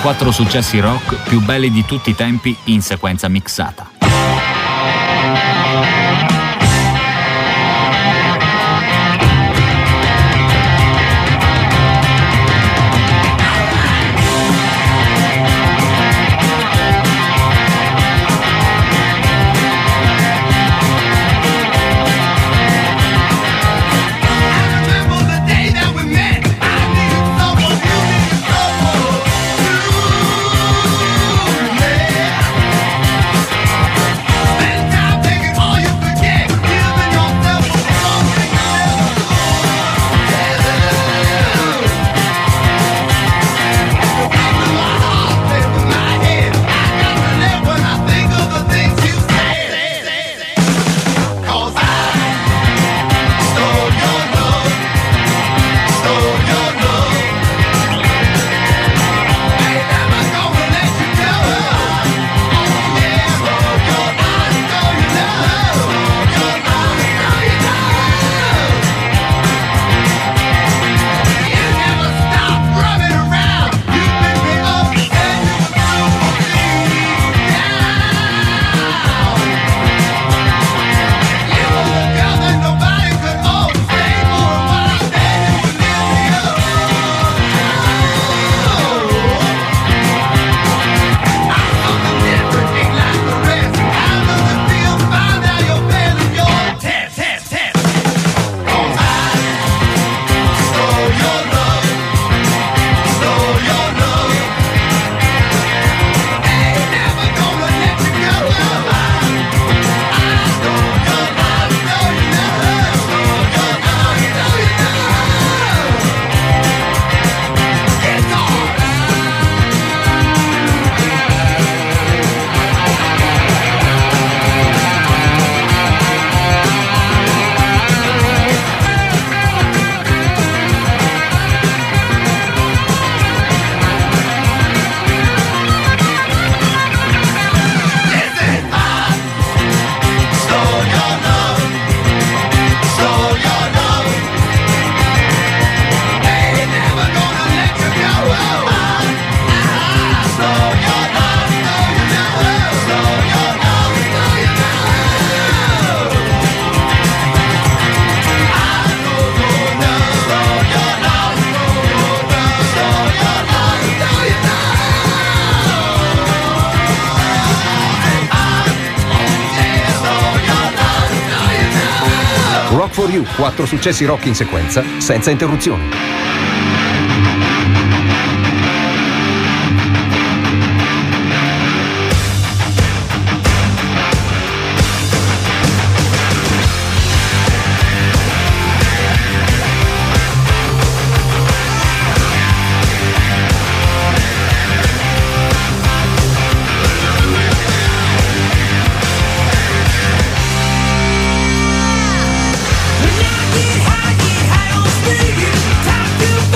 4 successi rock più belli di tutti i tempi in sequenza mixata. Rock for You, 4 successi rock in sequenza, senza interruzioni. High on speed, time to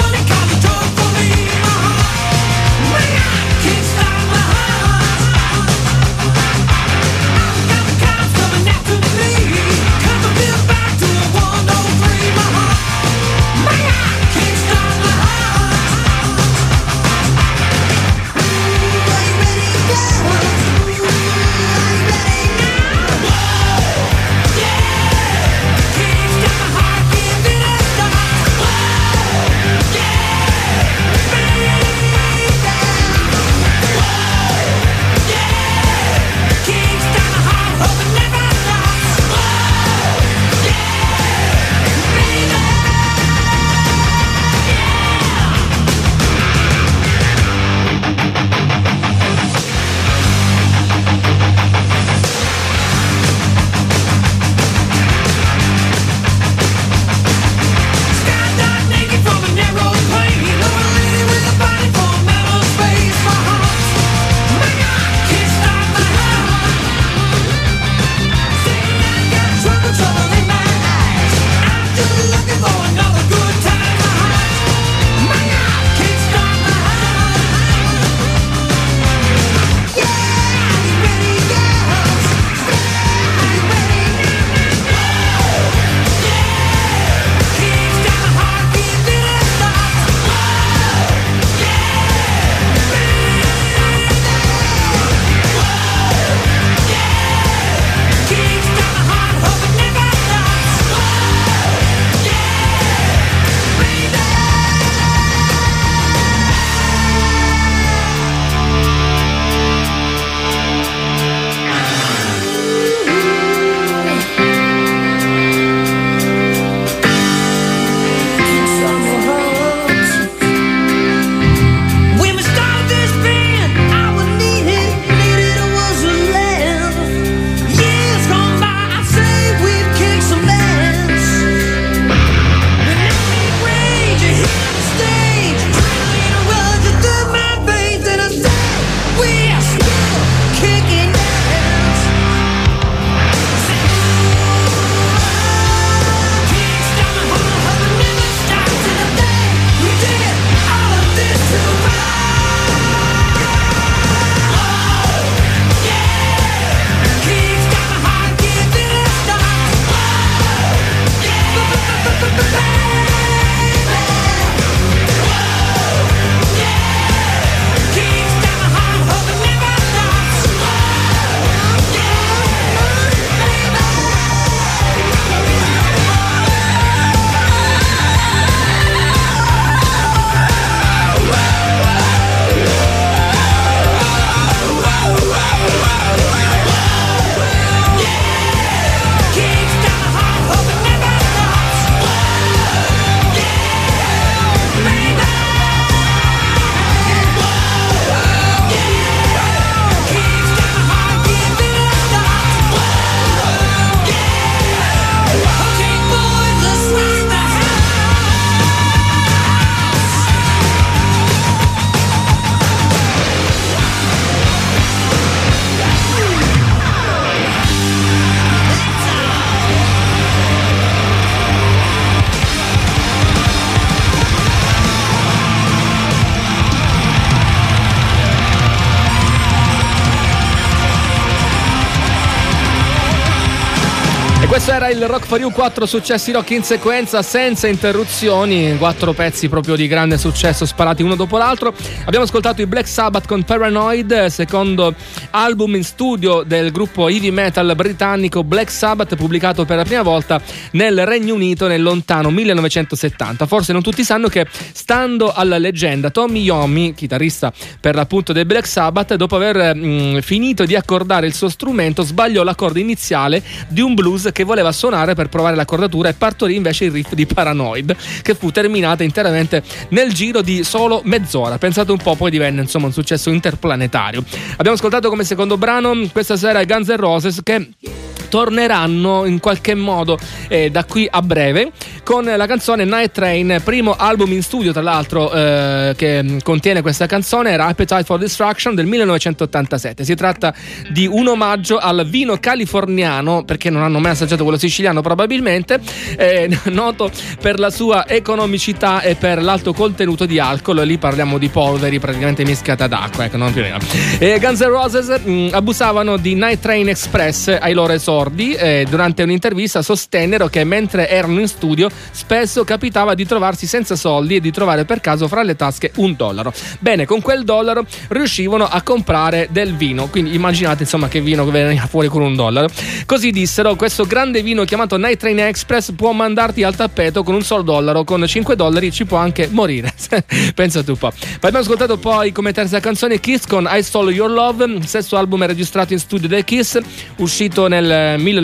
Questo era il Rock for You, 4 successi rock in sequenza senza interruzioni, 4 pezzi proprio di grande successo sparati uno dopo l'altro. Abbiamo ascoltato i Black Sabbath con Paranoid, secondo album in studio del gruppo heavy metal britannico Black Sabbath, pubblicato per la prima volta nel Regno Unito nel lontano 1970. Forse non tutti sanno che, stando alla leggenda, Tommy Yomi, chitarrista per l'appunto dei Black Sabbath, dopo aver finito di accordare il suo strumento, sbagliò l'accordo iniziale di un blues che voleva suonare per provare l'accordatura e partorì invece il riff di Paranoid, che fu terminata interamente nel giro di solo mezz'ora. Pensate un po', poi divenne insomma un successo interplanetario. Abbiamo ascoltato come secondo brano questa sera i Guns N' Roses, che torneranno in qualche modo da qui a breve con la canzone Night Train, primo album in studio tra l'altro che contiene questa canzone, era Appetite for Destruction del 1987. Si tratta di un omaggio al vino californiano, perché non hanno mai assaggiato quello siciliano probabilmente, noto per la sua economicità e per l'alto contenuto di alcol. Lì parliamo di polveri praticamente mischiate ad acqua, ecco, non più o meno. Guns N' Roses abusavano di Night Train Express ai loro esordi. Durante un'intervista sostennero che mentre erano in studio spesso capitava di trovarsi senza soldi e di trovare per caso fra le tasche $1. Bene, con quel dollaro riuscivano a comprare del vino, quindi immaginate insomma che vino che veniva fuori con $1. Così dissero: questo grande vino chiamato Night Train Express può mandarti al tappeto con un solo dollaro, con $5 ci può anche morire. Pensate un po'. Abbiamo ascoltato poi come terza canzone Kiss con I Stole Your Love, stesso album registrato in studio dei Kiss, uscito nel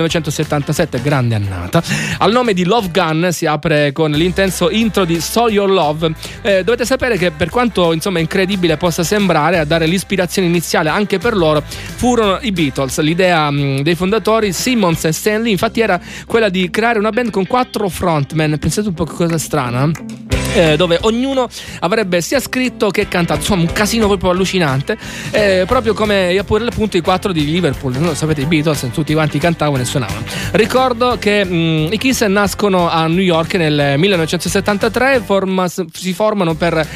1977, grande annata. Al nome di Love Gun si apre con l'intenso intro di Stole Your Love. Dovete sapere che, per quanto insomma incredibile possa sembrare, a dare l'ispirazione iniziale anche per loro furono i Beatles. L'idea dei fondatori Simmons e Stanley infatti era quella di creare una band con 4 frontman. Pensate un po' che cosa strana, dove ognuno avrebbe sia scritto che cantato, insomma un casino proprio allucinante, proprio come pure appunto i 4 di Liverpool. No, sapete, i Beatles tutti quanti cantavano e suonavano. Ricordo che i Kiss nascono a New York nel 1973, si formano per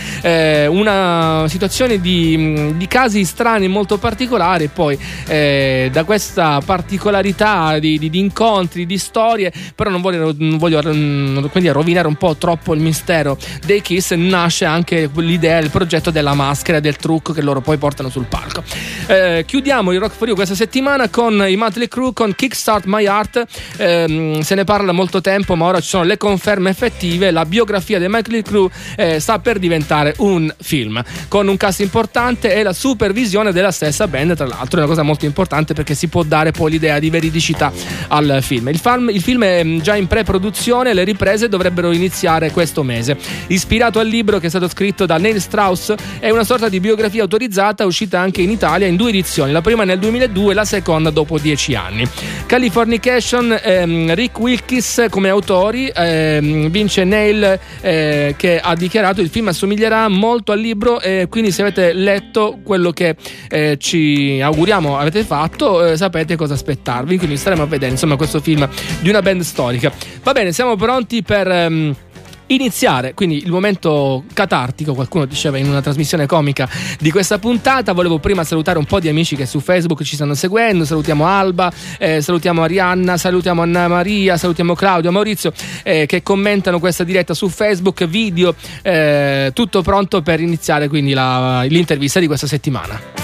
una situazione di casi strani molto particolari. Poi da questa particolarità di incontri, di storie, però non voglio quindi rovinare un po' troppo il mistero dei Kiss, nasce anche l'idea, il progetto della maschera, del trucco che loro poi portano sul palco. Chiudiamo il Rock for You questa settimana con i Mötley Crüe con Kickstart My Heart. Se ne parla da molto tempo, ma ora ci sono le conferme effettive. La biografia dei Mötley Crüe sta per diventare un film con un cast importante e la supervisione della stessa band, tra l'altro è una cosa molto importante perché si può dare poi l'idea di veridicità al film. Il film è già in pre-produzione, le riprese dovrebbero iniziare questo mese. Ispirato al libro che è stato scritto da Neil Strauss, è una sorta di biografia autorizzata uscita anche in Italia in 2 edizioni, la prima nel 2002 e la seconda dopo 10 anni. Californication, Rick Wilkes come autori, vince Neil che ha dichiarato: il film assomiglierà molto al libro, quindi se avete letto quello che ci auguriamo avete fatto, sapete cosa aspettarvi, quindi staremo a vedere insomma questo film di una band storica. Va bene, siamo pronti per iniziare quindi il momento catartico, qualcuno diceva in una trasmissione comica di questa puntata. Volevo prima salutare un po' di amici che su Facebook ci stanno seguendo. Salutiamo Alba, salutiamo Arianna, salutiamo Anna Maria, salutiamo Claudio, Maurizio, che commentano questa diretta su Facebook, video, tutto pronto per iniziare quindi l'intervista di questa settimana.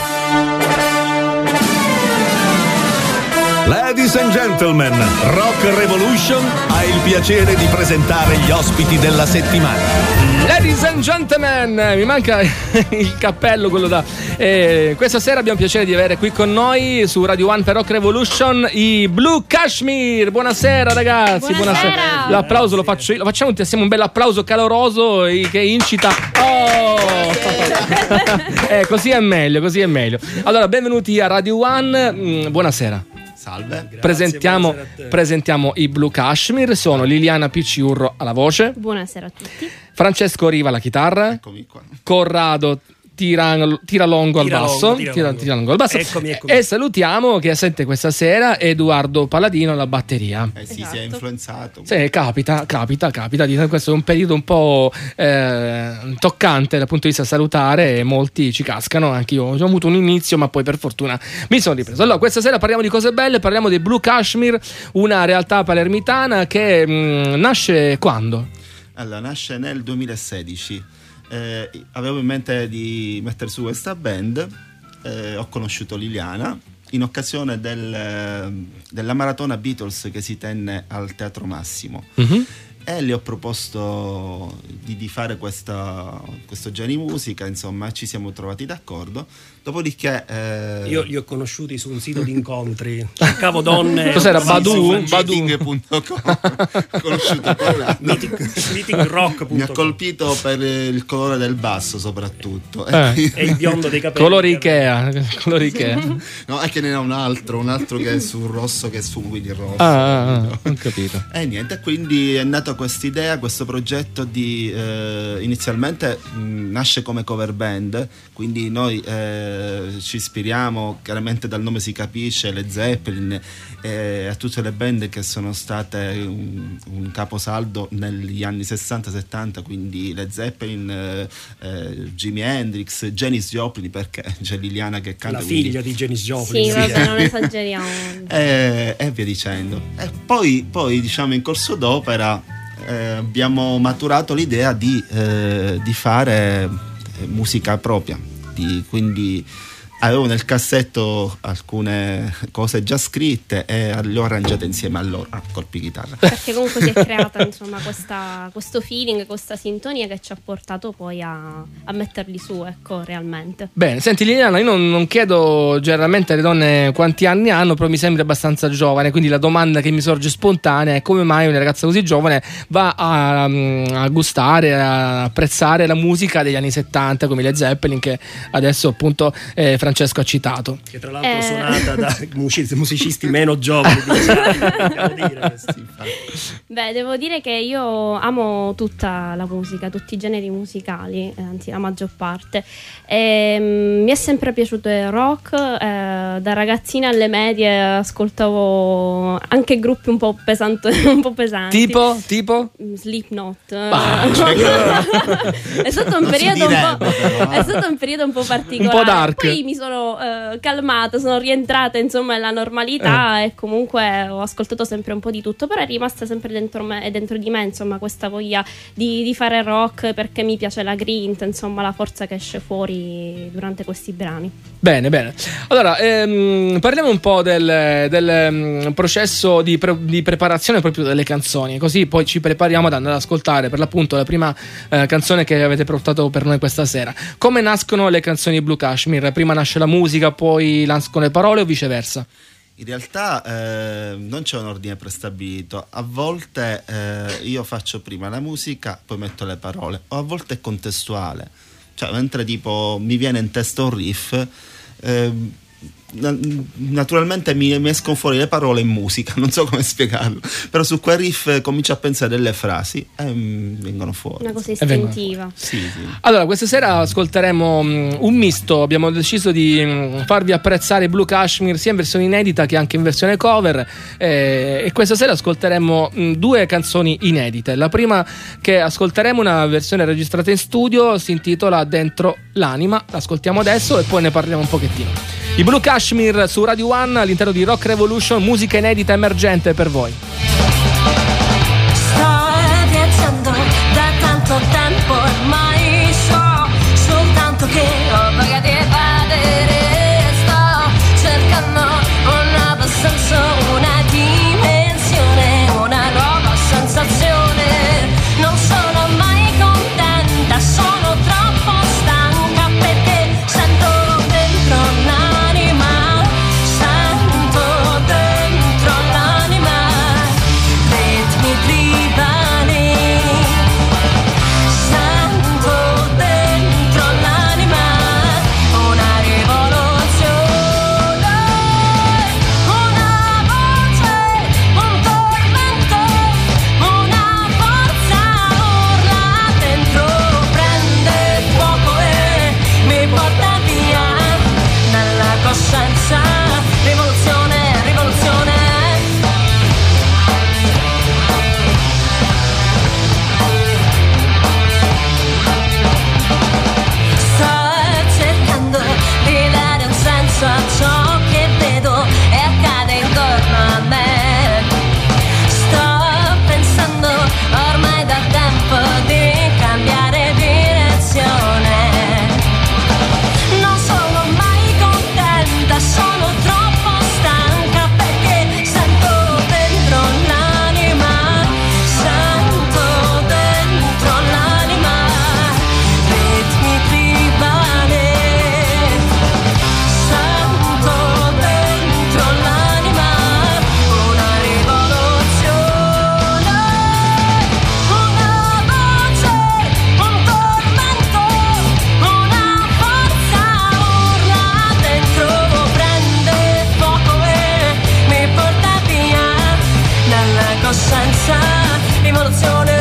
Ladies and gentlemen, Rock Revolution ha il piacere di presentare gli ospiti della settimana. Ladies and gentlemen, mi manca il cappello, quello da... questa sera abbiamo il piacere di avere qui con noi su Radio One per Rock Revolution i Blue Kashmir. Buonasera ragazzi, buonasera. L'applauso lo faccio io, lo facciamo insieme, un bel applauso caloroso che incita. Così è meglio, così è meglio. Allora, benvenuti a Radio One, buonasera. Salve. Presentiamo i Blue Kashmir. Sono Liliana Picciurro alla voce. Buonasera a tutti. Francesco Riva alla chitarra. Eccomi qua. Corrado tira longo al basso. Tira longo al basso. Eccomi. E salutiamo chi assente questa sera Edoardo Paladino alla batteria. Sì, si è influenzato. Sì, capita. Questo è un periodo un po' toccante dal punto di vista salutare, e molti ci cascano. Anche io ho avuto un inizio, ma poi per fortuna mi sono ripreso. Allora, questa sera parliamo di cose belle, parliamo dei Blue Kashmir, una realtà palermitana che nasce quando? Allora, nasce nel 2016. Avevo in mente di mettere su questa band. Ho conosciuto Liliana in occasione della maratona Beatles che si tenne al Teatro Massimo. E le ho proposto di fare questo genere di musica, insomma, ci siamo trovati d'accordo. Dopodiché io li ho conosciuti su un sito di incontri, cercavo donne. Cos'era? Badu? Meeting.com. Conosciuto meetingrock.com. Mi ha colpito per il colore del basso, soprattutto, e il biondo dei capelli. Colori Ikea. No, è che ne era un altro che è sul rosso, che è su quindi rosso. Ho capito. E niente, quindi è nata questa idea, questo progetto di inizialmente nasce come cover band, quindi noi ci ispiriamo, chiaramente dal nome si capisce, Led Zeppelin, a tutte le band che sono state un caposaldo negli anni 60-70, quindi Led Zeppelin, Jimi Hendrix, Janis Joplin, perché c'è Liliana che canta, la figlia di Janis Joplin. Sì, vabbè, non esageriamo. E via dicendo. E poi diciamo in corso d'opera abbiamo maturato l'idea di fare musica propria, quindi avevo nel cassetto alcune cose già scritte e le ho arrangiate insieme a loro a colpi di chitarra, perché comunque si è creata insomma questo feeling, questa sintonia che ci ha portato poi a metterli su, ecco, realmente. Bene, senti Liliana, io non chiedo generalmente alle donne quanti anni hanno, però mi sembra abbastanza giovane, quindi la domanda che mi sorge spontanea è: come mai una ragazza così giovane va a gustare, a apprezzare la musica degli anni 70 come Led Zeppelin, che adesso appunto Francesco ha citato, che tra l'altro suonata da musicisti meno giovani, diciamo, Beh, devo dire che io amo tutta la musica, tutti i generi musicali, anzi la maggior parte. Mi è sempre piaciuto il rock, da ragazzina alle medie ascoltavo anche gruppi un po' pesanti. Tipo? Slipknot. È stato un periodo un po' particolare. Un po' dark. Poi mi sono calmata, sono rientrata insomma nella normalità e comunque ho ascoltato sempre un po' di tutto, però è rimasta sempre dentro me e dentro di me insomma questa voglia di fare rock, perché mi piace la grinta, insomma la forza che esce fuori durante questi brani. Bene. Allora, parliamo un po' del processo di preparazione proprio delle canzoni, così poi ci prepariamo ad andare ad ascoltare per l'appunto la prima canzone che avete portato per noi questa sera. Come nascono le canzoni Blue Kashmir? Prima nasce la musica, poi nascono le parole o viceversa? In realtà non c'è un ordine prestabilito. A volte io faccio prima la musica, poi metto le parole, o a volte è contestuale. Cioè, mentre tipo mi viene in testa un riff, naturalmente mi escono fuori le parole in musica, non so come spiegarlo, però su quel riff comincio a pensare delle frasi e vengono fuori. Una cosa istintiva. Sì. Allora, questa sera ascolteremo un misto. Abbiamo deciso di farvi apprezzare Blue Kashmir sia in versione inedita che anche in versione cover, e questa sera ascolteremo due canzoni inedite. La prima che ascolteremo è una versione registrata in studio, si intitola Dentro l'anima. L'ascoltiamo adesso e poi ne parliamo un pochettino. I Blue Kashmir su Radio One all'interno di Rock Revolution, musica inedita emergente per voi. Sto viaggiando da tanto tempo ormai, so soltanto che ho voglia di evadere. Sto cercando un nuovo senso, una dimensione, una nuova sensazione. Non sono mai contenta, sono troppo stanca perché sento dentro l'anima, sento dentro l'anima ritmi tribali, sento dentro l'anima rivoluzione.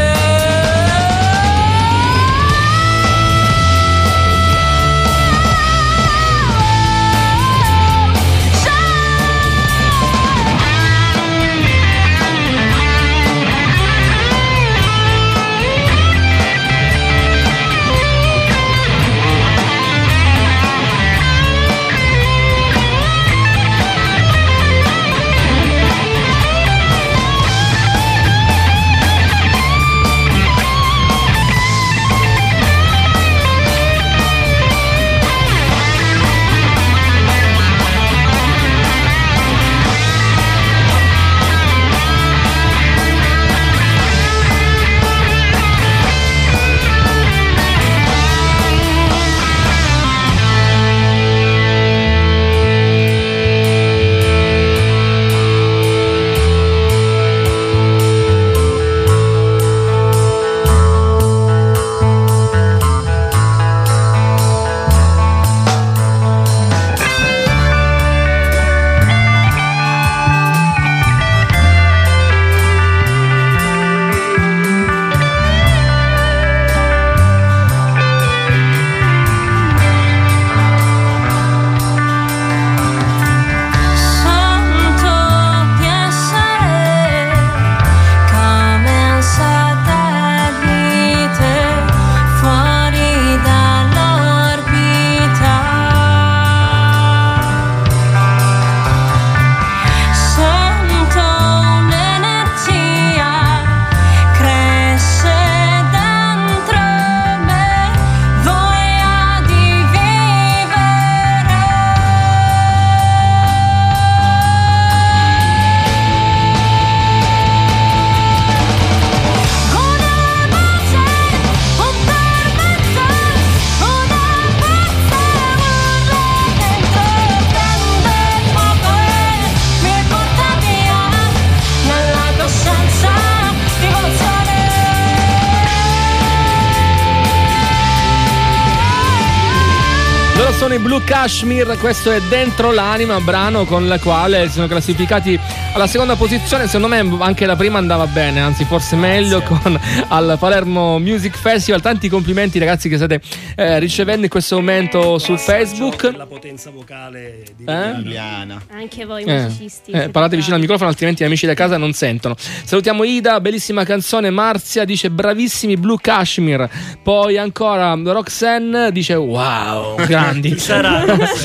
Sono i Blue Kashmir, questo è Dentro l'anima, brano con il quale si sono classificati alla seconda posizione. Secondo me anche la prima andava bene, anzi forse meglio, con al Palermo Music Festival. Tanti complimenti ragazzi che state ricevendo in questo momento su Facebook. Per la potenza vocale di Liliana. Anche voi musicisti. Parlate vicino al microfono, altrimenti gli amici da casa non sentono. Salutiamo Ida, bellissima canzone. Marzia dice bravissimi Blue Kashmir. Poi ancora Roxanne dice wow, grandi. Sarà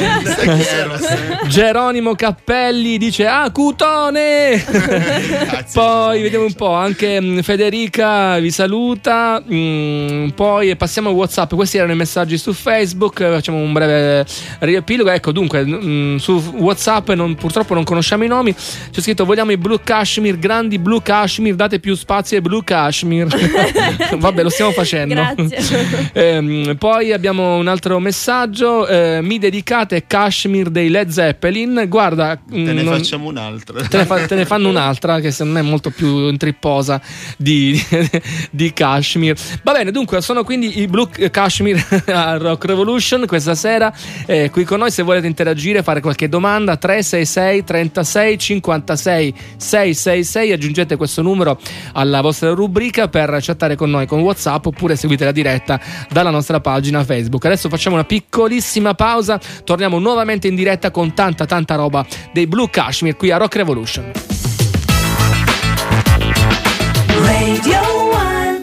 Geronimo Cappelli dice Cutone. Poi vediamo un po', anche Federica vi saluta. Poi passiamo a WhatsApp. Questi erano i messaggi su Facebook. Facciamo un breve riepilogo. Ecco, dunque su WhatsApp purtroppo non conosciamo i nomi. C'è scritto vogliamo i Blue Kashmir, grandi Blue Kashmir, date più spazio ai Blue Kashmir. Vabbè, lo stiamo facendo. Grazie. Poi abbiamo un altro messaggio. Mi dedicate Kashmir dei Led Zeppelin. Guarda, te ne facciamo un'altra. Te ne fanno un'altra che secondo me è molto più intripposa di Kashmir. Va bene, dunque sono quindi i Blue Kashmir a Rock Revolution questa sera qui con noi. Se volete interagire, fare qualche domanda, 366 36 56 666, aggiungete questo numero alla vostra rubrica per chattare con noi con WhatsApp, oppure seguite la diretta dalla nostra pagina Facebook. Adesso facciamo una piccolissima pausa, torniamo nuovamente in diretta con tanta roba dei Blue Kashmir qui a Rock Revolution. Radio One.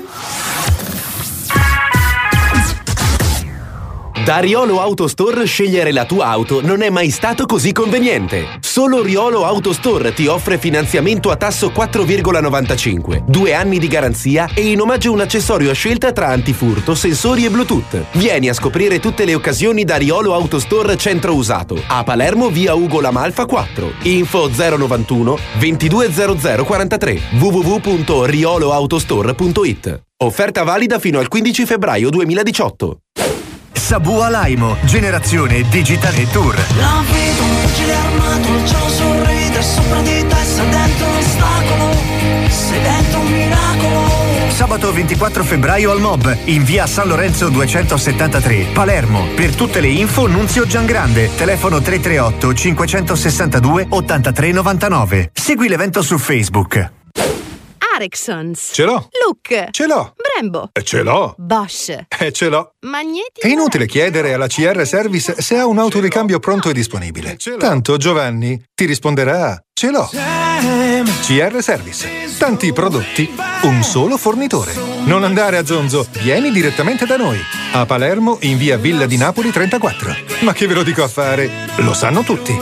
Da Riolo Auto Store scegliere la tua auto non è mai stato così conveniente. Solo Riolo Auto Store ti offre finanziamento a tasso 4,95, 2 anni di garanzia e in omaggio un accessorio a scelta tra antifurto, sensori e Bluetooth. Vieni a scoprire tutte le occasioni da Riolo Auto Store Centro Usato, a Palermo via Ugo Lamalfa 4. Info 091 220043 www.rioloautostore.it. Offerta valida fino al 15 febbraio 2018. Sabua Laimo, generazione digitale tour. La vedo un pugile armato, il cielo sorride sopra di te, sei dentro un ostacolo, sei dentro un miracolo. Sabato 24 febbraio al MOB, in via San Lorenzo 273, Palermo. Per tutte le info Nunzio Giangrande, telefono 338 562 8399. Segui l'evento su Facebook. Ericssons. Ce l'ho. Look. Ce l'ho. Brembo. Ce l'ho. Bosch. Ce l'ho. Magneti. È inutile chiedere alla CR Service se ha un autoricambio pronto e disponibile. Tanto Giovanni ti risponderà: ce l'ho. CR Service. Tanti prodotti, un solo fornitore. Non andare a zonzo, vieni direttamente da noi. A Palermo, in via Villa di Napoli 34. Ma che ve lo dico a fare? Lo sanno tutti.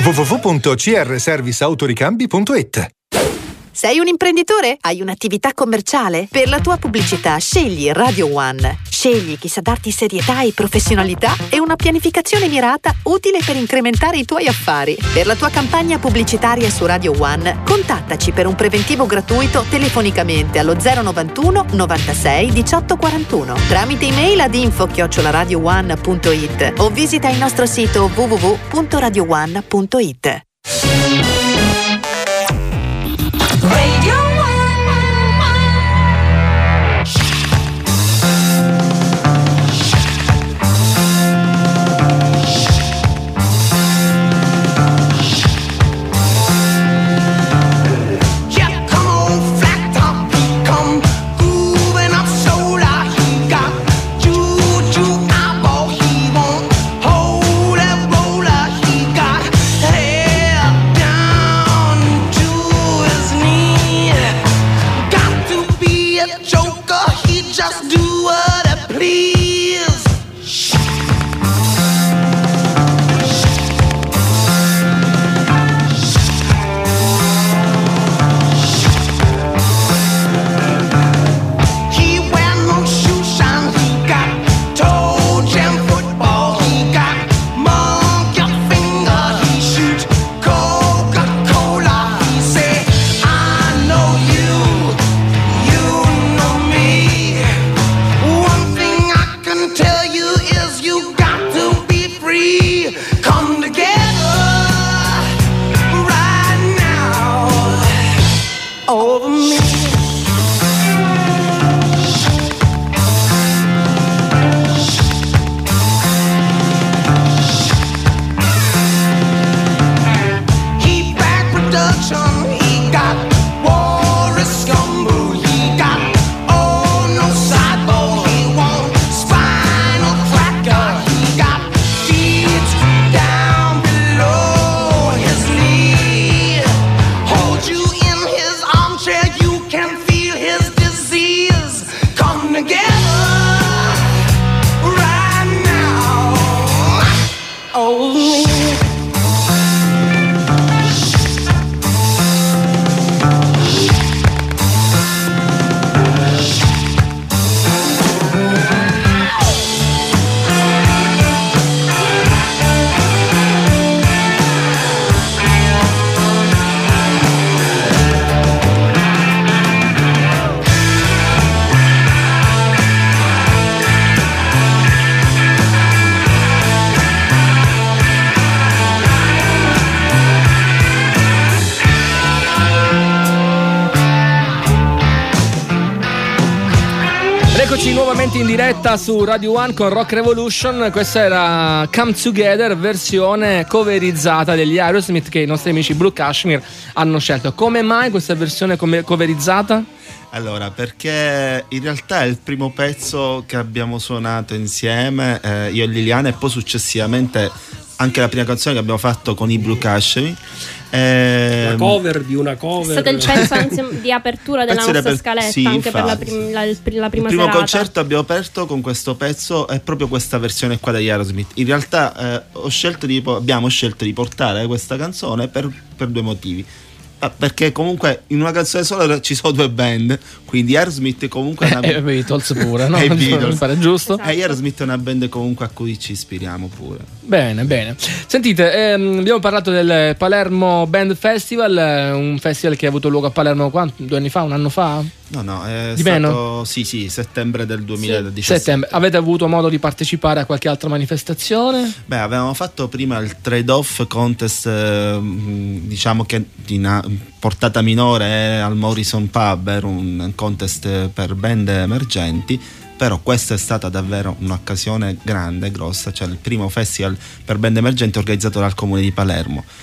www.crserviceautoricambi.it. Sei un imprenditore? Hai un'attività commerciale? Per la tua pubblicità scegli Radio One. Scegli chi sa darti serietà e professionalità e una pianificazione mirata utile per incrementare i tuoi affari. Per la tua campagna pubblicitaria su Radio One, contattaci per un preventivo gratuito telefonicamente allo 091 96 18 41 tramite email ad info@radioone.it o visita il nostro sito www.radioone.it. Radio just do what I please. He wear no shoe shine. He got toe jam football. He got monkey finger. He shoot Coca-Cola. He say, I know you. You know me. One thing I can tell you is you got to be free. Come together right now over me. He back production. He got Boris Gumbo. He got oh no sideball. He want spinal cracker. He got feet down below his knee. Hold you in his armchair. You can feel his disease. Come together right now. Oh me. Eccoci nuovamente in diretta su Radio One con Rock Revolution. Questa era Come Together, versione coverizzata degli Aerosmith che i nostri amici Blue Kashmir hanno scelto. Come mai questa versione coverizzata? Allora, perché in realtà è il primo pezzo che abbiamo suonato insieme, io e Liliana, e poi successivamente anche la prima canzone che abbiamo fatto con i Blue Kashmir. La cover di una cover. È stato il pezzo di apertura della Pezzo di nostra aper- scaletta, sì, anche per la, infatti. la prima Il primo serata. concerto abbiamo aperto con questo pezzo, è proprio questa versione qua degli Aerosmith. In realtà abbiamo scelto di portare questa canzone per due motivi. Perché comunque in una canzone sola ci sono due band, quindi Aerosmith comunque è una I Beatles pure, no? E i Beatles. Mi pare giusto. E Aerosmith è una band comunque a cui ci ispiriamo pure. Bene, bene. Sentite, abbiamo parlato del Palermo Band Festival, un festival che ha avuto luogo a Palermo 2 anni fa, un anno fa? No, è Di stato meno? sì, settembre del 2017. Settembre. Avete avuto modo di partecipare a qualche altra manifestazione? Beh, avevamo fatto prima il trade-off contest, diciamo che di portata minore è al Morrison Pub, era un contest per band emergenti, però questa è stata davvero un'occasione grande, grossa, cioè il primo festival per band emergenti organizzato dal comune di Palermo.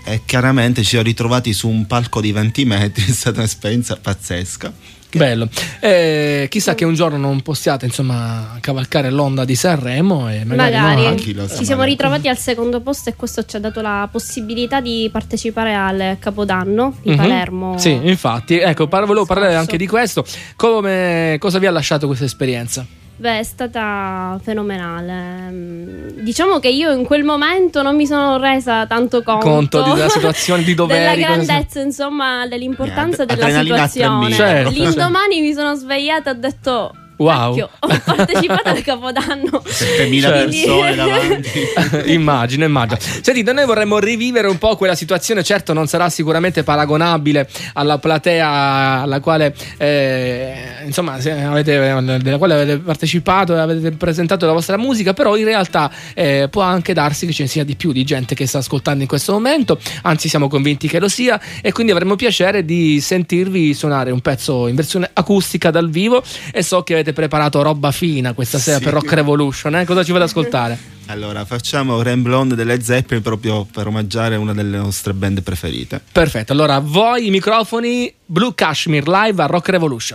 e chiaramente ci ho ritrovati su un palco di 20 metri, è stata un'esperienza pazzesca. Bello. Chissà che un giorno non possiate insomma cavalcare l'onda di Sanremo e magari no, ci siamo ritrovati al secondo posto e questo ci ha dato la possibilità di partecipare al Capodanno di Palermo. Sì, infatti, ecco, volevo parlare anche di questo. Cosa vi ha lasciato questa esperienza? Beh, è stata fenomenale. Diciamo che io in quel momento non mi sono resa tanto conto della situazione, di doveri, della grandezza, insomma, dell'importanza della adrenalina situazione. Certo. L'indomani mi sono svegliata e ho detto: wow, cacchio, ho partecipato al Capodanno. 7.000 persone davanti. Immagino. Sentite, noi vorremmo rivivere un po' quella situazione. Certo, non sarà sicuramente paragonabile alla platea alla quale insomma della quale avete partecipato e avete presentato la vostra musica, però in realtà può anche darsi che ce ne sia di più di gente che sta ascoltando in questo momento, anzi siamo convinti che lo sia, e quindi avremo piacere di sentirvi suonare un pezzo in versione acustica dal vivo, e so che avete preparato roba fina questa sera per Rock Revolution, cosa ci fate ascoltare? Allora, facciamo Rain Blonde delle Zeppelin proprio per omaggiare una delle nostre band preferite. Perfetto, allora a voi i microfoni, Blue Kashmir live a Rock Revolution.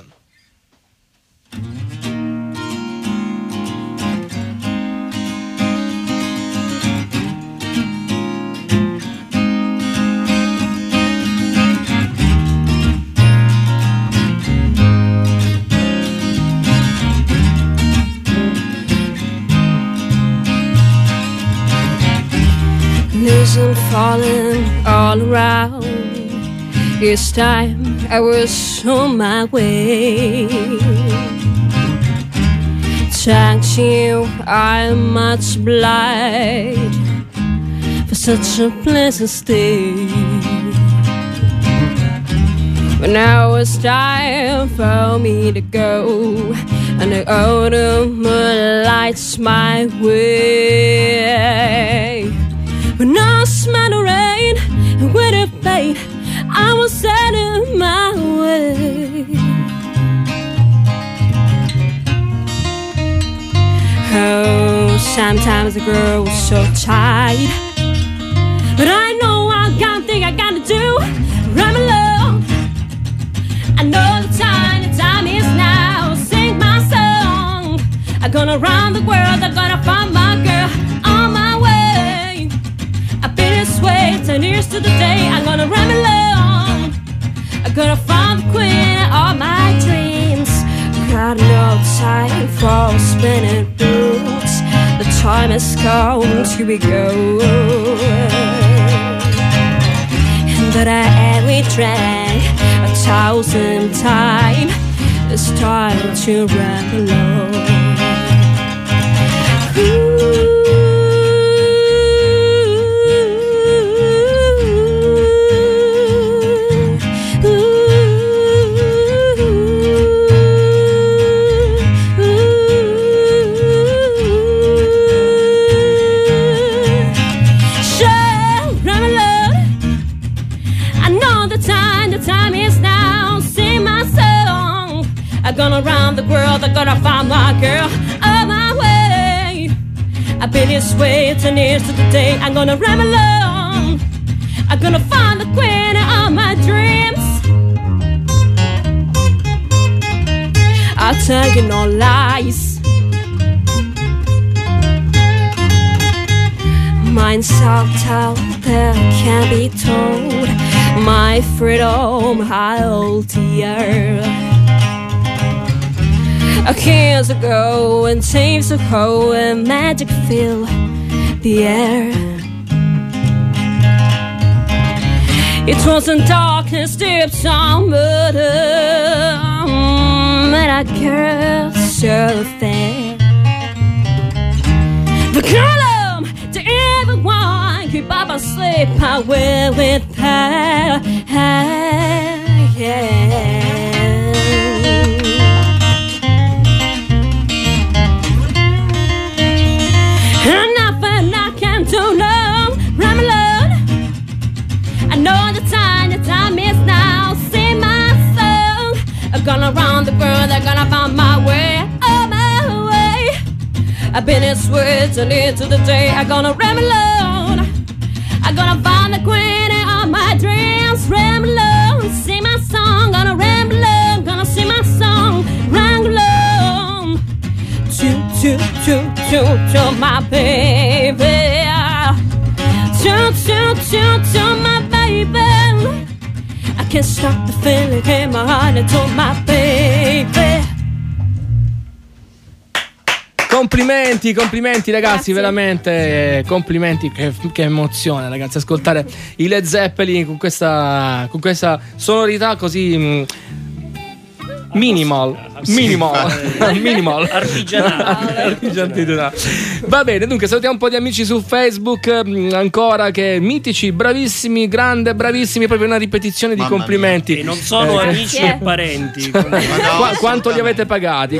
Listen, falling all around. It's time I was on my way. Thanks you, I'm much obliged for such a pleasant stay. But now it's time for me to go, and the autumn lights my way. When I smell the rain and with the pain, I was set in my way. Oh, sometimes the girl was so tired, but I know I got thing I gotta do. Run along. I know the time is now. Sing my song. I'm gonna round the world. I'm gonna find my girl on my way. I've been this way 10 years to the day. I'm gonna run along. I'm gonna find the queen of all my dreams. Got no time for spinning roots. The time has come to be go. And that we drank 1,000 times. It's time to run along. Gonna round the world, I'm gonna find my girl on my way. I've been this way 10 years to the day. I'm gonna run along. I'm gonna find the queen of all my dreams. I'll tell you no lies. Mine's out there can't be told. My freedom I'll tear. Years ago, and saves of hope and magic fill the air. It wasn't darkness, deep summer, and I girl so fair. The column to everyone, keep up and sleep, I will with her. Yeah. Nothing I can do now. Run alone. I know the time is now. Sing my song. I'm gonna round the world. I'm gonna find my way. Oh, my way. I've been in switch and into the day. I'm gonna run alone. I'm gonna find the queen. dreams, ramble on, sing my song, gonna ramble on, gonna sing my song, ramble on. Choo choo choo choo choo, my baby. Choo choo choo choo, my baby. I can't stop the feeling in my heart until my baby. Complimenti ragazzi, veramente complimenti, che emozione ragazzi, ascoltare i Led Zeppelin con questa sonorità così minimal artigianale. Va bene, dunque salutiamo un po' di amici su Facebook ancora, che mitici, bravissimi, grande, bravissimi, proprio una ripetizione di complimenti. E non sono amici e parenti. Quanto li avete pagati?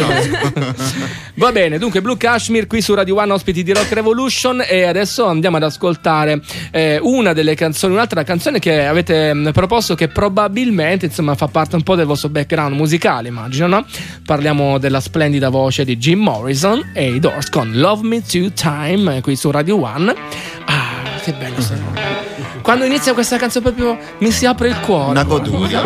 Va bene, dunque Blue Kashmir qui su Radio One, ospiti di Rock Revolution, e adesso andiamo ad ascoltare una delle canzoni, un'altra canzone che avete proposto, che probabilmente insomma fa parte un po' del vostro background musicale, immagino, no? Parliamo della splendida voce di Jim Morrison e i Doors con Love Me Two Time qui su Radio One. Ah, che bello! Quando inizia questa canzone proprio mi si apre il cuore. Una goduria.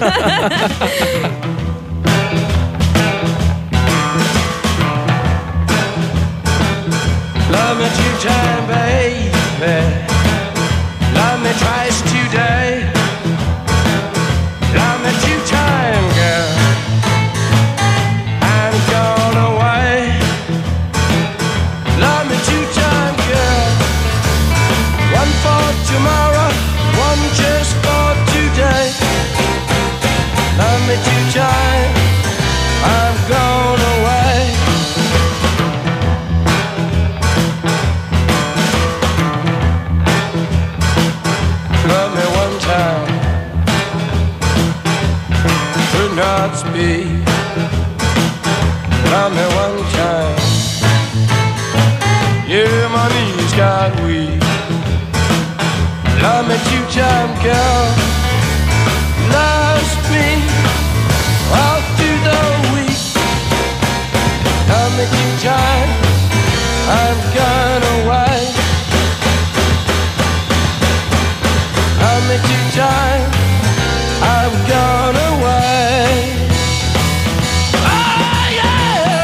Love me two-time, baby. Love me twice today. Love me two-time, girl. I'm gone away. Love me two-time, girl. One for tomorrow, one just for today. Love me two-time. I'm gone away. Love me one time, could not speak. Love me one time, yeah, my knees got weak. Love me two-time, girl. Lost me all through the week. Love me two-time, I'm gone away. Love me two-time, I've gone away. Oh yeah.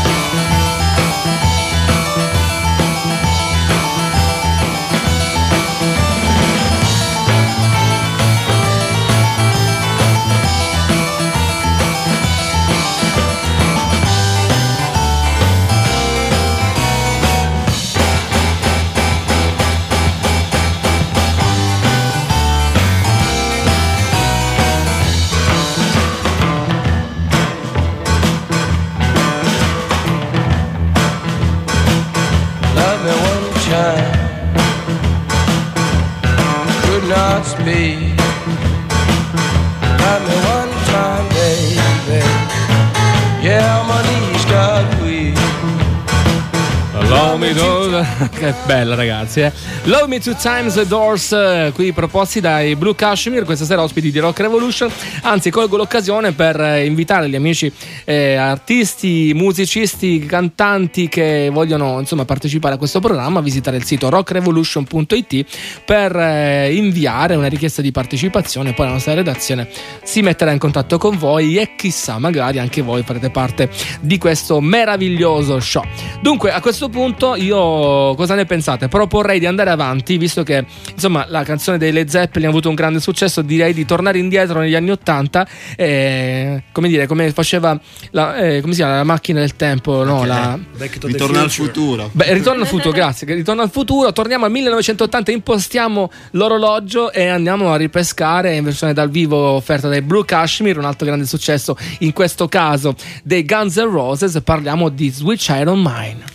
Love me one time, could not speak. Love me one time, baby. Yeah, my knees got weak. Love me che bella ragazzi, eh. Love Me Two Times, The Doors, qui proposti dai Blue Kashmir, questa sera ospiti di Rock Revolution. Anzi, colgo l'occasione per invitare gli amici artisti, musicisti, cantanti che vogliono insomma partecipare a questo programma a visitare il sito rockrevolution.it per inviare una richiesta di partecipazione. Poi la nostra redazione si metterà in contatto con voi e chissà, magari anche voi farete parte di questo meraviglioso show. Dunque, a questo punto io cosa ne pensate? Proporrei di andare avanti, visto che insomma la canzone dei Led Zeppelin ha avuto un grande successo. Direi di tornare indietro negli anni '80, come dire, come faceva come si chiama, la macchina del tempo, no? Ritorno al futuro. Ritorno al futuro, grazie. Ritorno al futuro, torniamo al 1980, impostiamo l'orologio e andiamo a ripescare in versione dal vivo offerta dai Blue Kashmir, un altro grande successo, in questo caso dei Guns N' Roses. Parliamo di Sweet Child O' Mine.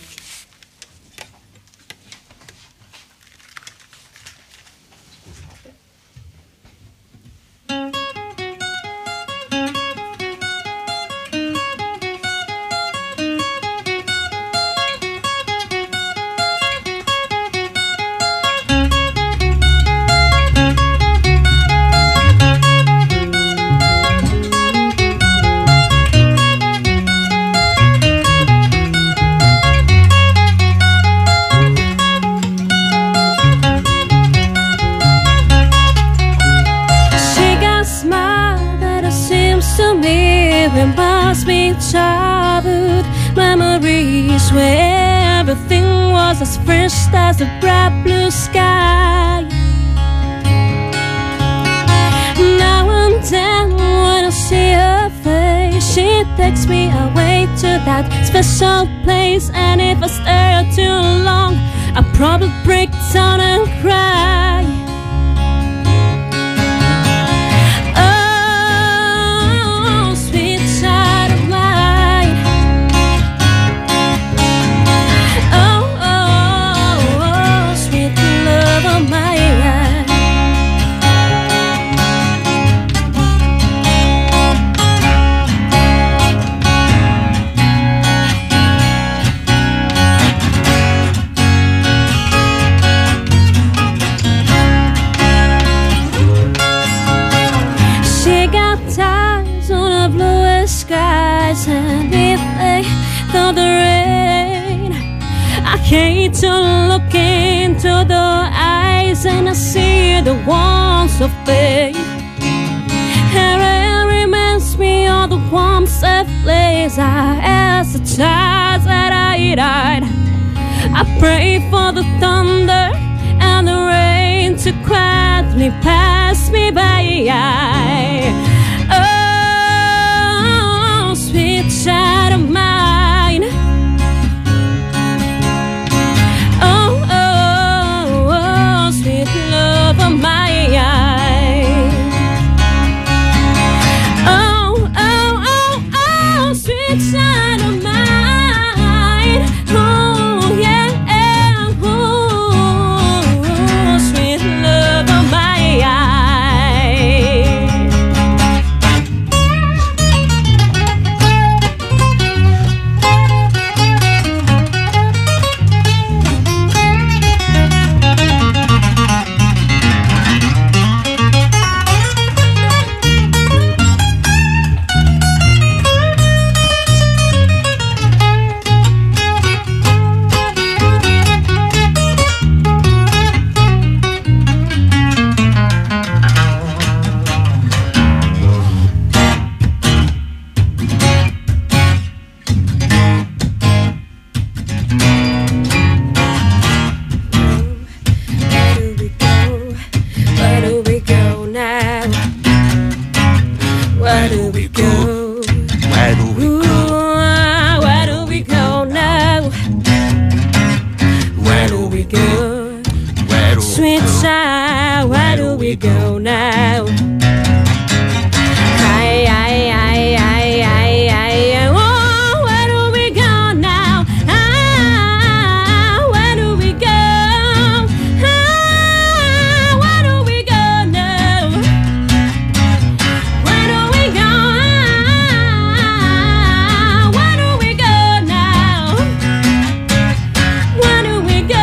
to me reminds me of childhood memories where everything was as fresh as the bright blue sky. Now and then when I see her face, she takes me away to that special place. And if I stare too long, I'll probably break down and cry. Oh, sweet child of mine. Oh, oh, oh, sweet love of mine. Skies and if they throw the rain, I hate to look into the eyes and I see the warmth of faith. Her air reminds me of the warmth of place I as a child that I died. I pray for the thunder and the rain to quietly pass me by. Sweet child of mine. Oh, oh, oh, sweet love of mine. Oh, oh, oh, oh, sweet child of mine. Oh, yeah, oh, sweet love of mine. Sweet child, where do we go now? Ay, ay, ay, ay, ay, ay, oh, where do we go now? Ah, where do we go? Ah, where do we go now? Where do we go? Ah, where do we go now? Where do we go?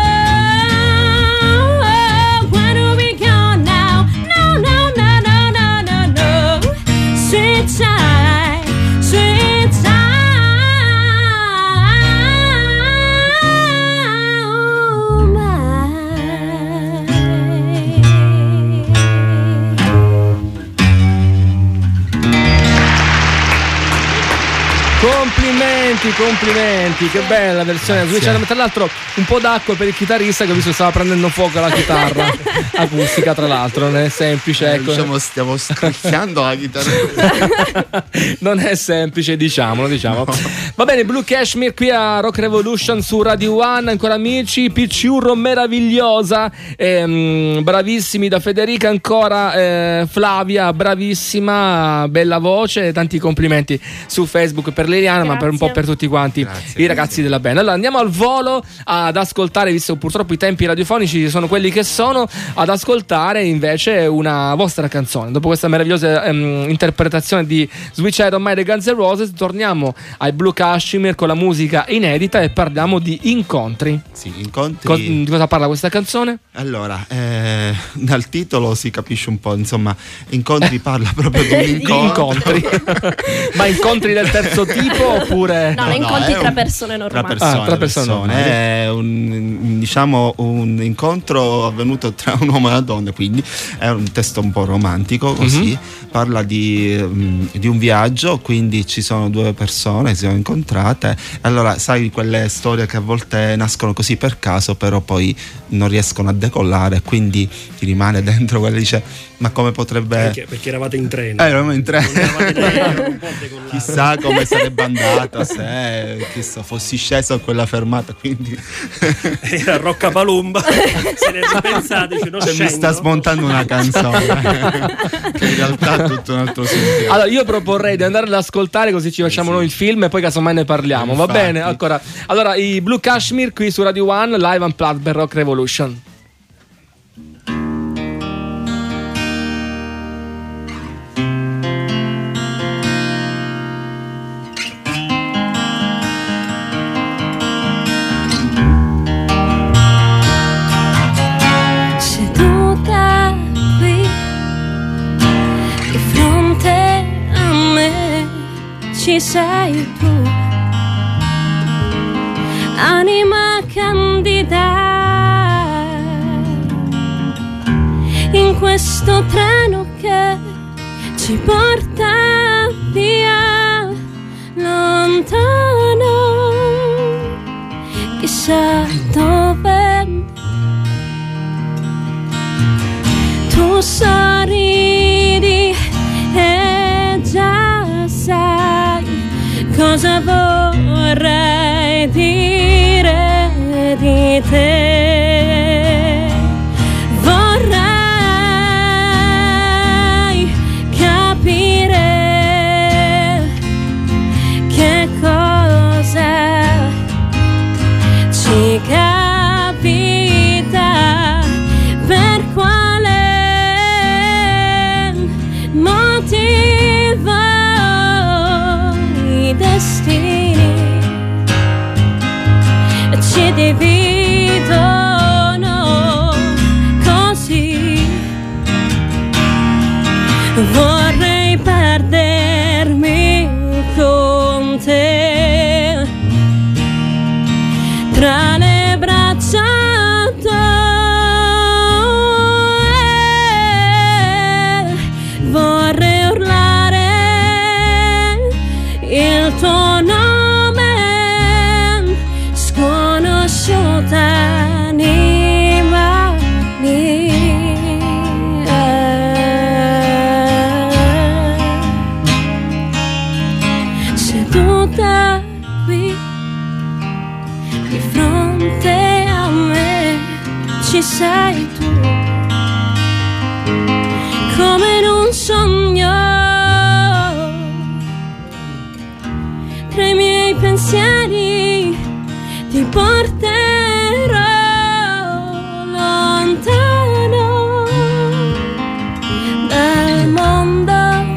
Complimenti, che bella versione. Tra l'altro un po' d'acqua per il chitarrista che ho visto stava prendendo fuoco la chitarra acustica, tra l'altro non è semplice, ecco. Diciamo stiamo scrocchiando la chitarra. Non è semplice, diciamolo. Va bene, Blue Cashmere qui a Rock Revolution su Radio One, ancora amici, Picciurro meravigliosa, bravissimi da Federica, ancora Flavia, bravissima, bella voce, tanti complimenti su Facebook per Liliana. Grazie. Ma per un po' per tutti quanti i ragazzi della band. Allora andiamo al volo ad ascoltare, visto purtroppo i tempi radiofonici sono quelli che sono, ad ascoltare invece una vostra canzone. Dopo questa meravigliosa interpretazione di Sweet Child of Mine dei Guns N' Roses, torniamo ai Blue Cashmere con la musica inedita e parliamo di incontri. Sì, incontri. Di cosa parla questa canzone? Allora, dal titolo si capisce un po', insomma, incontri parla proprio di incontri. Ma incontri del terzo tipo oppure No, le incontri tra persone normali. Tra persone normali. È un incontro avvenuto tra un uomo e una donna, quindi è un testo un po' romantico, così parla di un viaggio, quindi ci sono due persone che si sono incontrate, allora sai quelle storie che a volte nascono così per caso, però poi non riescono a decollare, quindi ti rimane dentro quella, dice ma come potrebbe, perché eravate in treno, eravamo in treno, un po' decollato. chissà come sarebbe andata se fossi sceso a quella fermata, quindi era Roccapalumba. Se ne ripensate, mi sta smontando una canzone che in realtà è tutto un altro sentiero. Allora io proporrei di andare ad ascoltare, così ci facciamo noi il film e poi casomai ne parliamo. Va bene? Allora i Blue Kashmir qui su Radio One, live unplugged per Rock Revolution. Seduta qui di fronte a me ci sei tu, anima candida, in questo treno che ci porta via lontano, chissà dove. Tu sorridi e già sai cosa vorrei dire di te. Vorrei capire che cosa ci capita, per quale motivo i destini ci dividono così. Vorrei perdermi con te tra le braccia tue, vorrei urlare il tuo nome, sconosciuta anima mia. Seduta qui di fronte a me ci sei tu, come in un sogno, tra i miei pensieri ti porterò lontano dal mondo.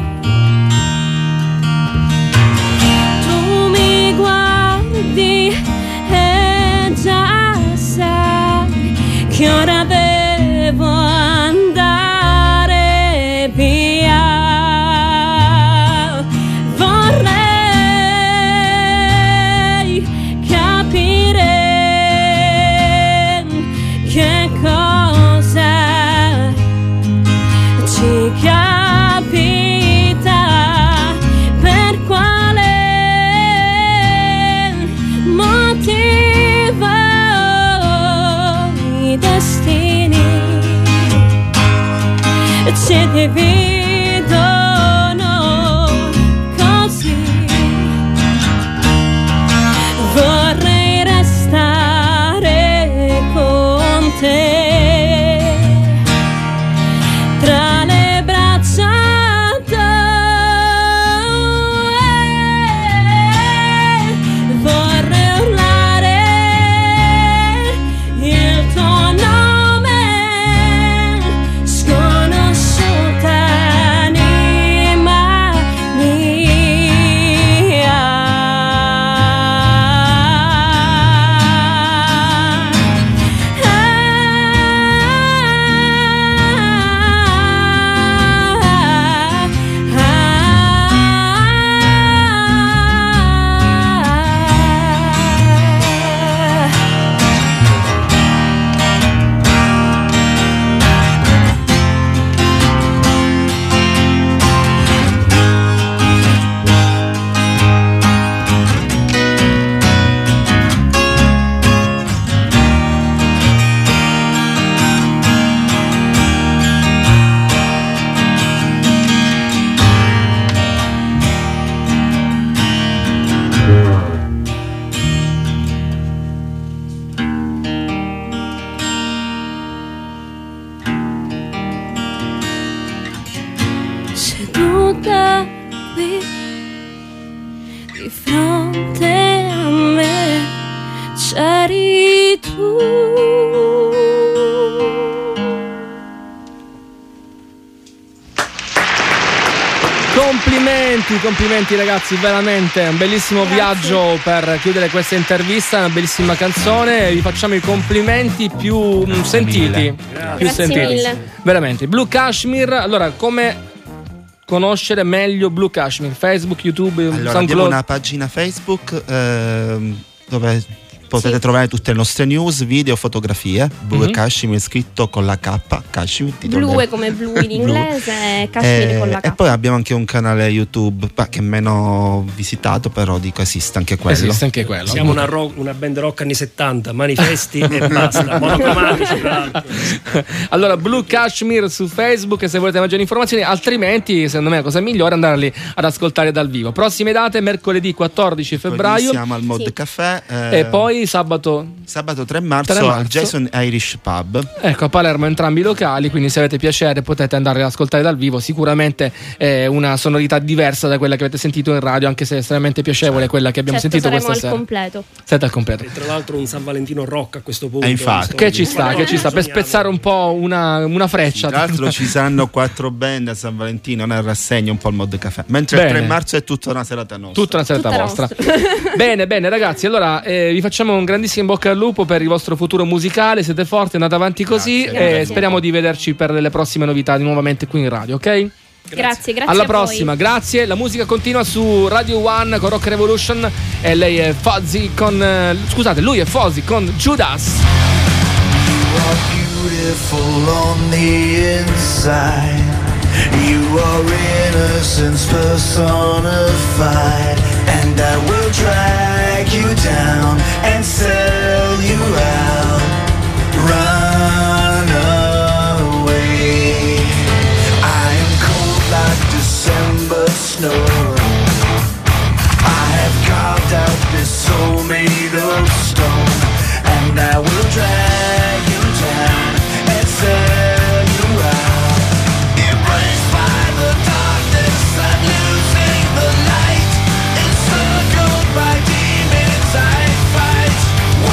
Tu mi guardi e già sai che ora devo andare via. qui di fronte a me c'eri tu. Complimenti ragazzi, veramente un bellissimo viaggio per chiudere questa intervista, una bellissima canzone, vi facciamo i complimenti più sentiti, Grazie mille. veramente. Blue Kashmir, allora come conoscere meglio Blue Kashmir? Facebook, YouTube, Allora, abbiamo SoundCloud? una pagina Facebook dove potete trovare tutte le nostre news, video, fotografie. Blue Kashmir scritto con la K, Kashmir, Blu è come blu in inglese e Kashmir con la K. E poi abbiamo anche un canale YouTube che è meno visitato, però dico esiste anche quello. Siamo una band rock anni 70, manifesti e basta, monocromatici tra l'altro. Allora, Blue Kashmir su Facebook se volete maggiori informazioni, altrimenti secondo me la cosa migliore è andarli ad ascoltare dal vivo. Prossime date, mercoledì 14 febbraio. Siamo al Mod Café. E poi sabato 3 marzo al Jason Irish Pub. Ecco, a Palermo entrambi i locali, quindi se avete piacere potete andare ad ascoltare dal vivo. Sicuramente una sonorità diversa da quella che avete sentito in radio, anche se è estremamente piacevole quella che abbiamo sentito questa sera. Saremo al completo. Siete al completo. E tra l'altro un San Valentino rock a questo punto. Infatti, che ci sta per spezzare un po' una freccia. Tra l'altro ci saranno 4 band a San Valentino, una rassegna un po' al Mod Café. Mentre il 3 marzo è tutta una serata nostra. Tutta una serata vostra. Bene ragazzi, allora vi facciamo un grandissimo in bocca al lupo per il vostro futuro musicale, siete forti, andate avanti così. Grazie. E speriamo di vederci per le prossime novità nuovamente qui in radio, ok? Grazie Alla a voi. prossima, grazie. La musica continua su Radio One con Rock Revolution e lei è Fozzy con lui è Fozzy con Judas. Beautiful on the inside. You are innocence personified, and I will drag you down and sell you out. Run away. I am cold like December snow. I have carved out this soul made of stone, and I will drag you down and sell you out. Embraced by the darkness, I'm losing the light. Encircled by demons I fight.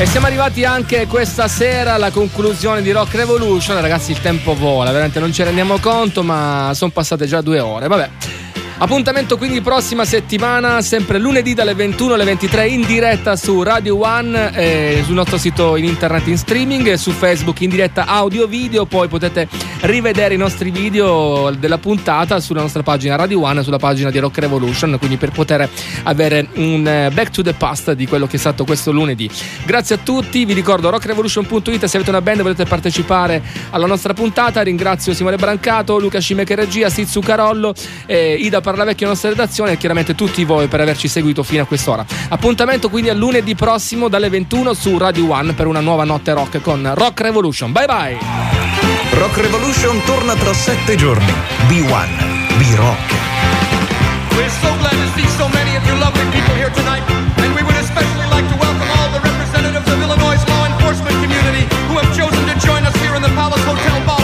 siamo arrivati anche questa sera alla conclusione di Rock Revolution. Ragazzi, il tempo vola, veramente non ci rendiamo conto, ma sono passate già 2 ore. Vabbè. Appuntamento quindi prossima settimana, sempre lunedì dalle 21 alle 23 in diretta su Radio One, sul nostro sito in internet in streaming, su Facebook in diretta audio video. Poi potete rivedere i nostri video della puntata sulla nostra pagina Radio One, sulla pagina di Rock Revolution, quindi per poter avere un back to the past di quello che è stato questo lunedì. Grazie a tutti, vi ricordo rockrevolution.it, se avete una band potete partecipare alla nostra puntata. Ringrazio Simone Brancato, Luca Scimecca Regia, Sizzu Carollo, Ida Parlavecchio nostra redazione e chiaramente tutti voi per averci seguito fino a quest'ora. Appuntamento quindi a lunedì prossimo dalle 21 su Radio One per una nuova notte rock con Rock Revolution. Bye bye. Rock Revolution torna tra 7 giorni. Be One, be rock. We're so glad to see so many of you lovely people here tonight, and we would especially like to welcome all the representatives of Illinois' law enforcement community who have chosen to join us here in the Palace Hotel bar.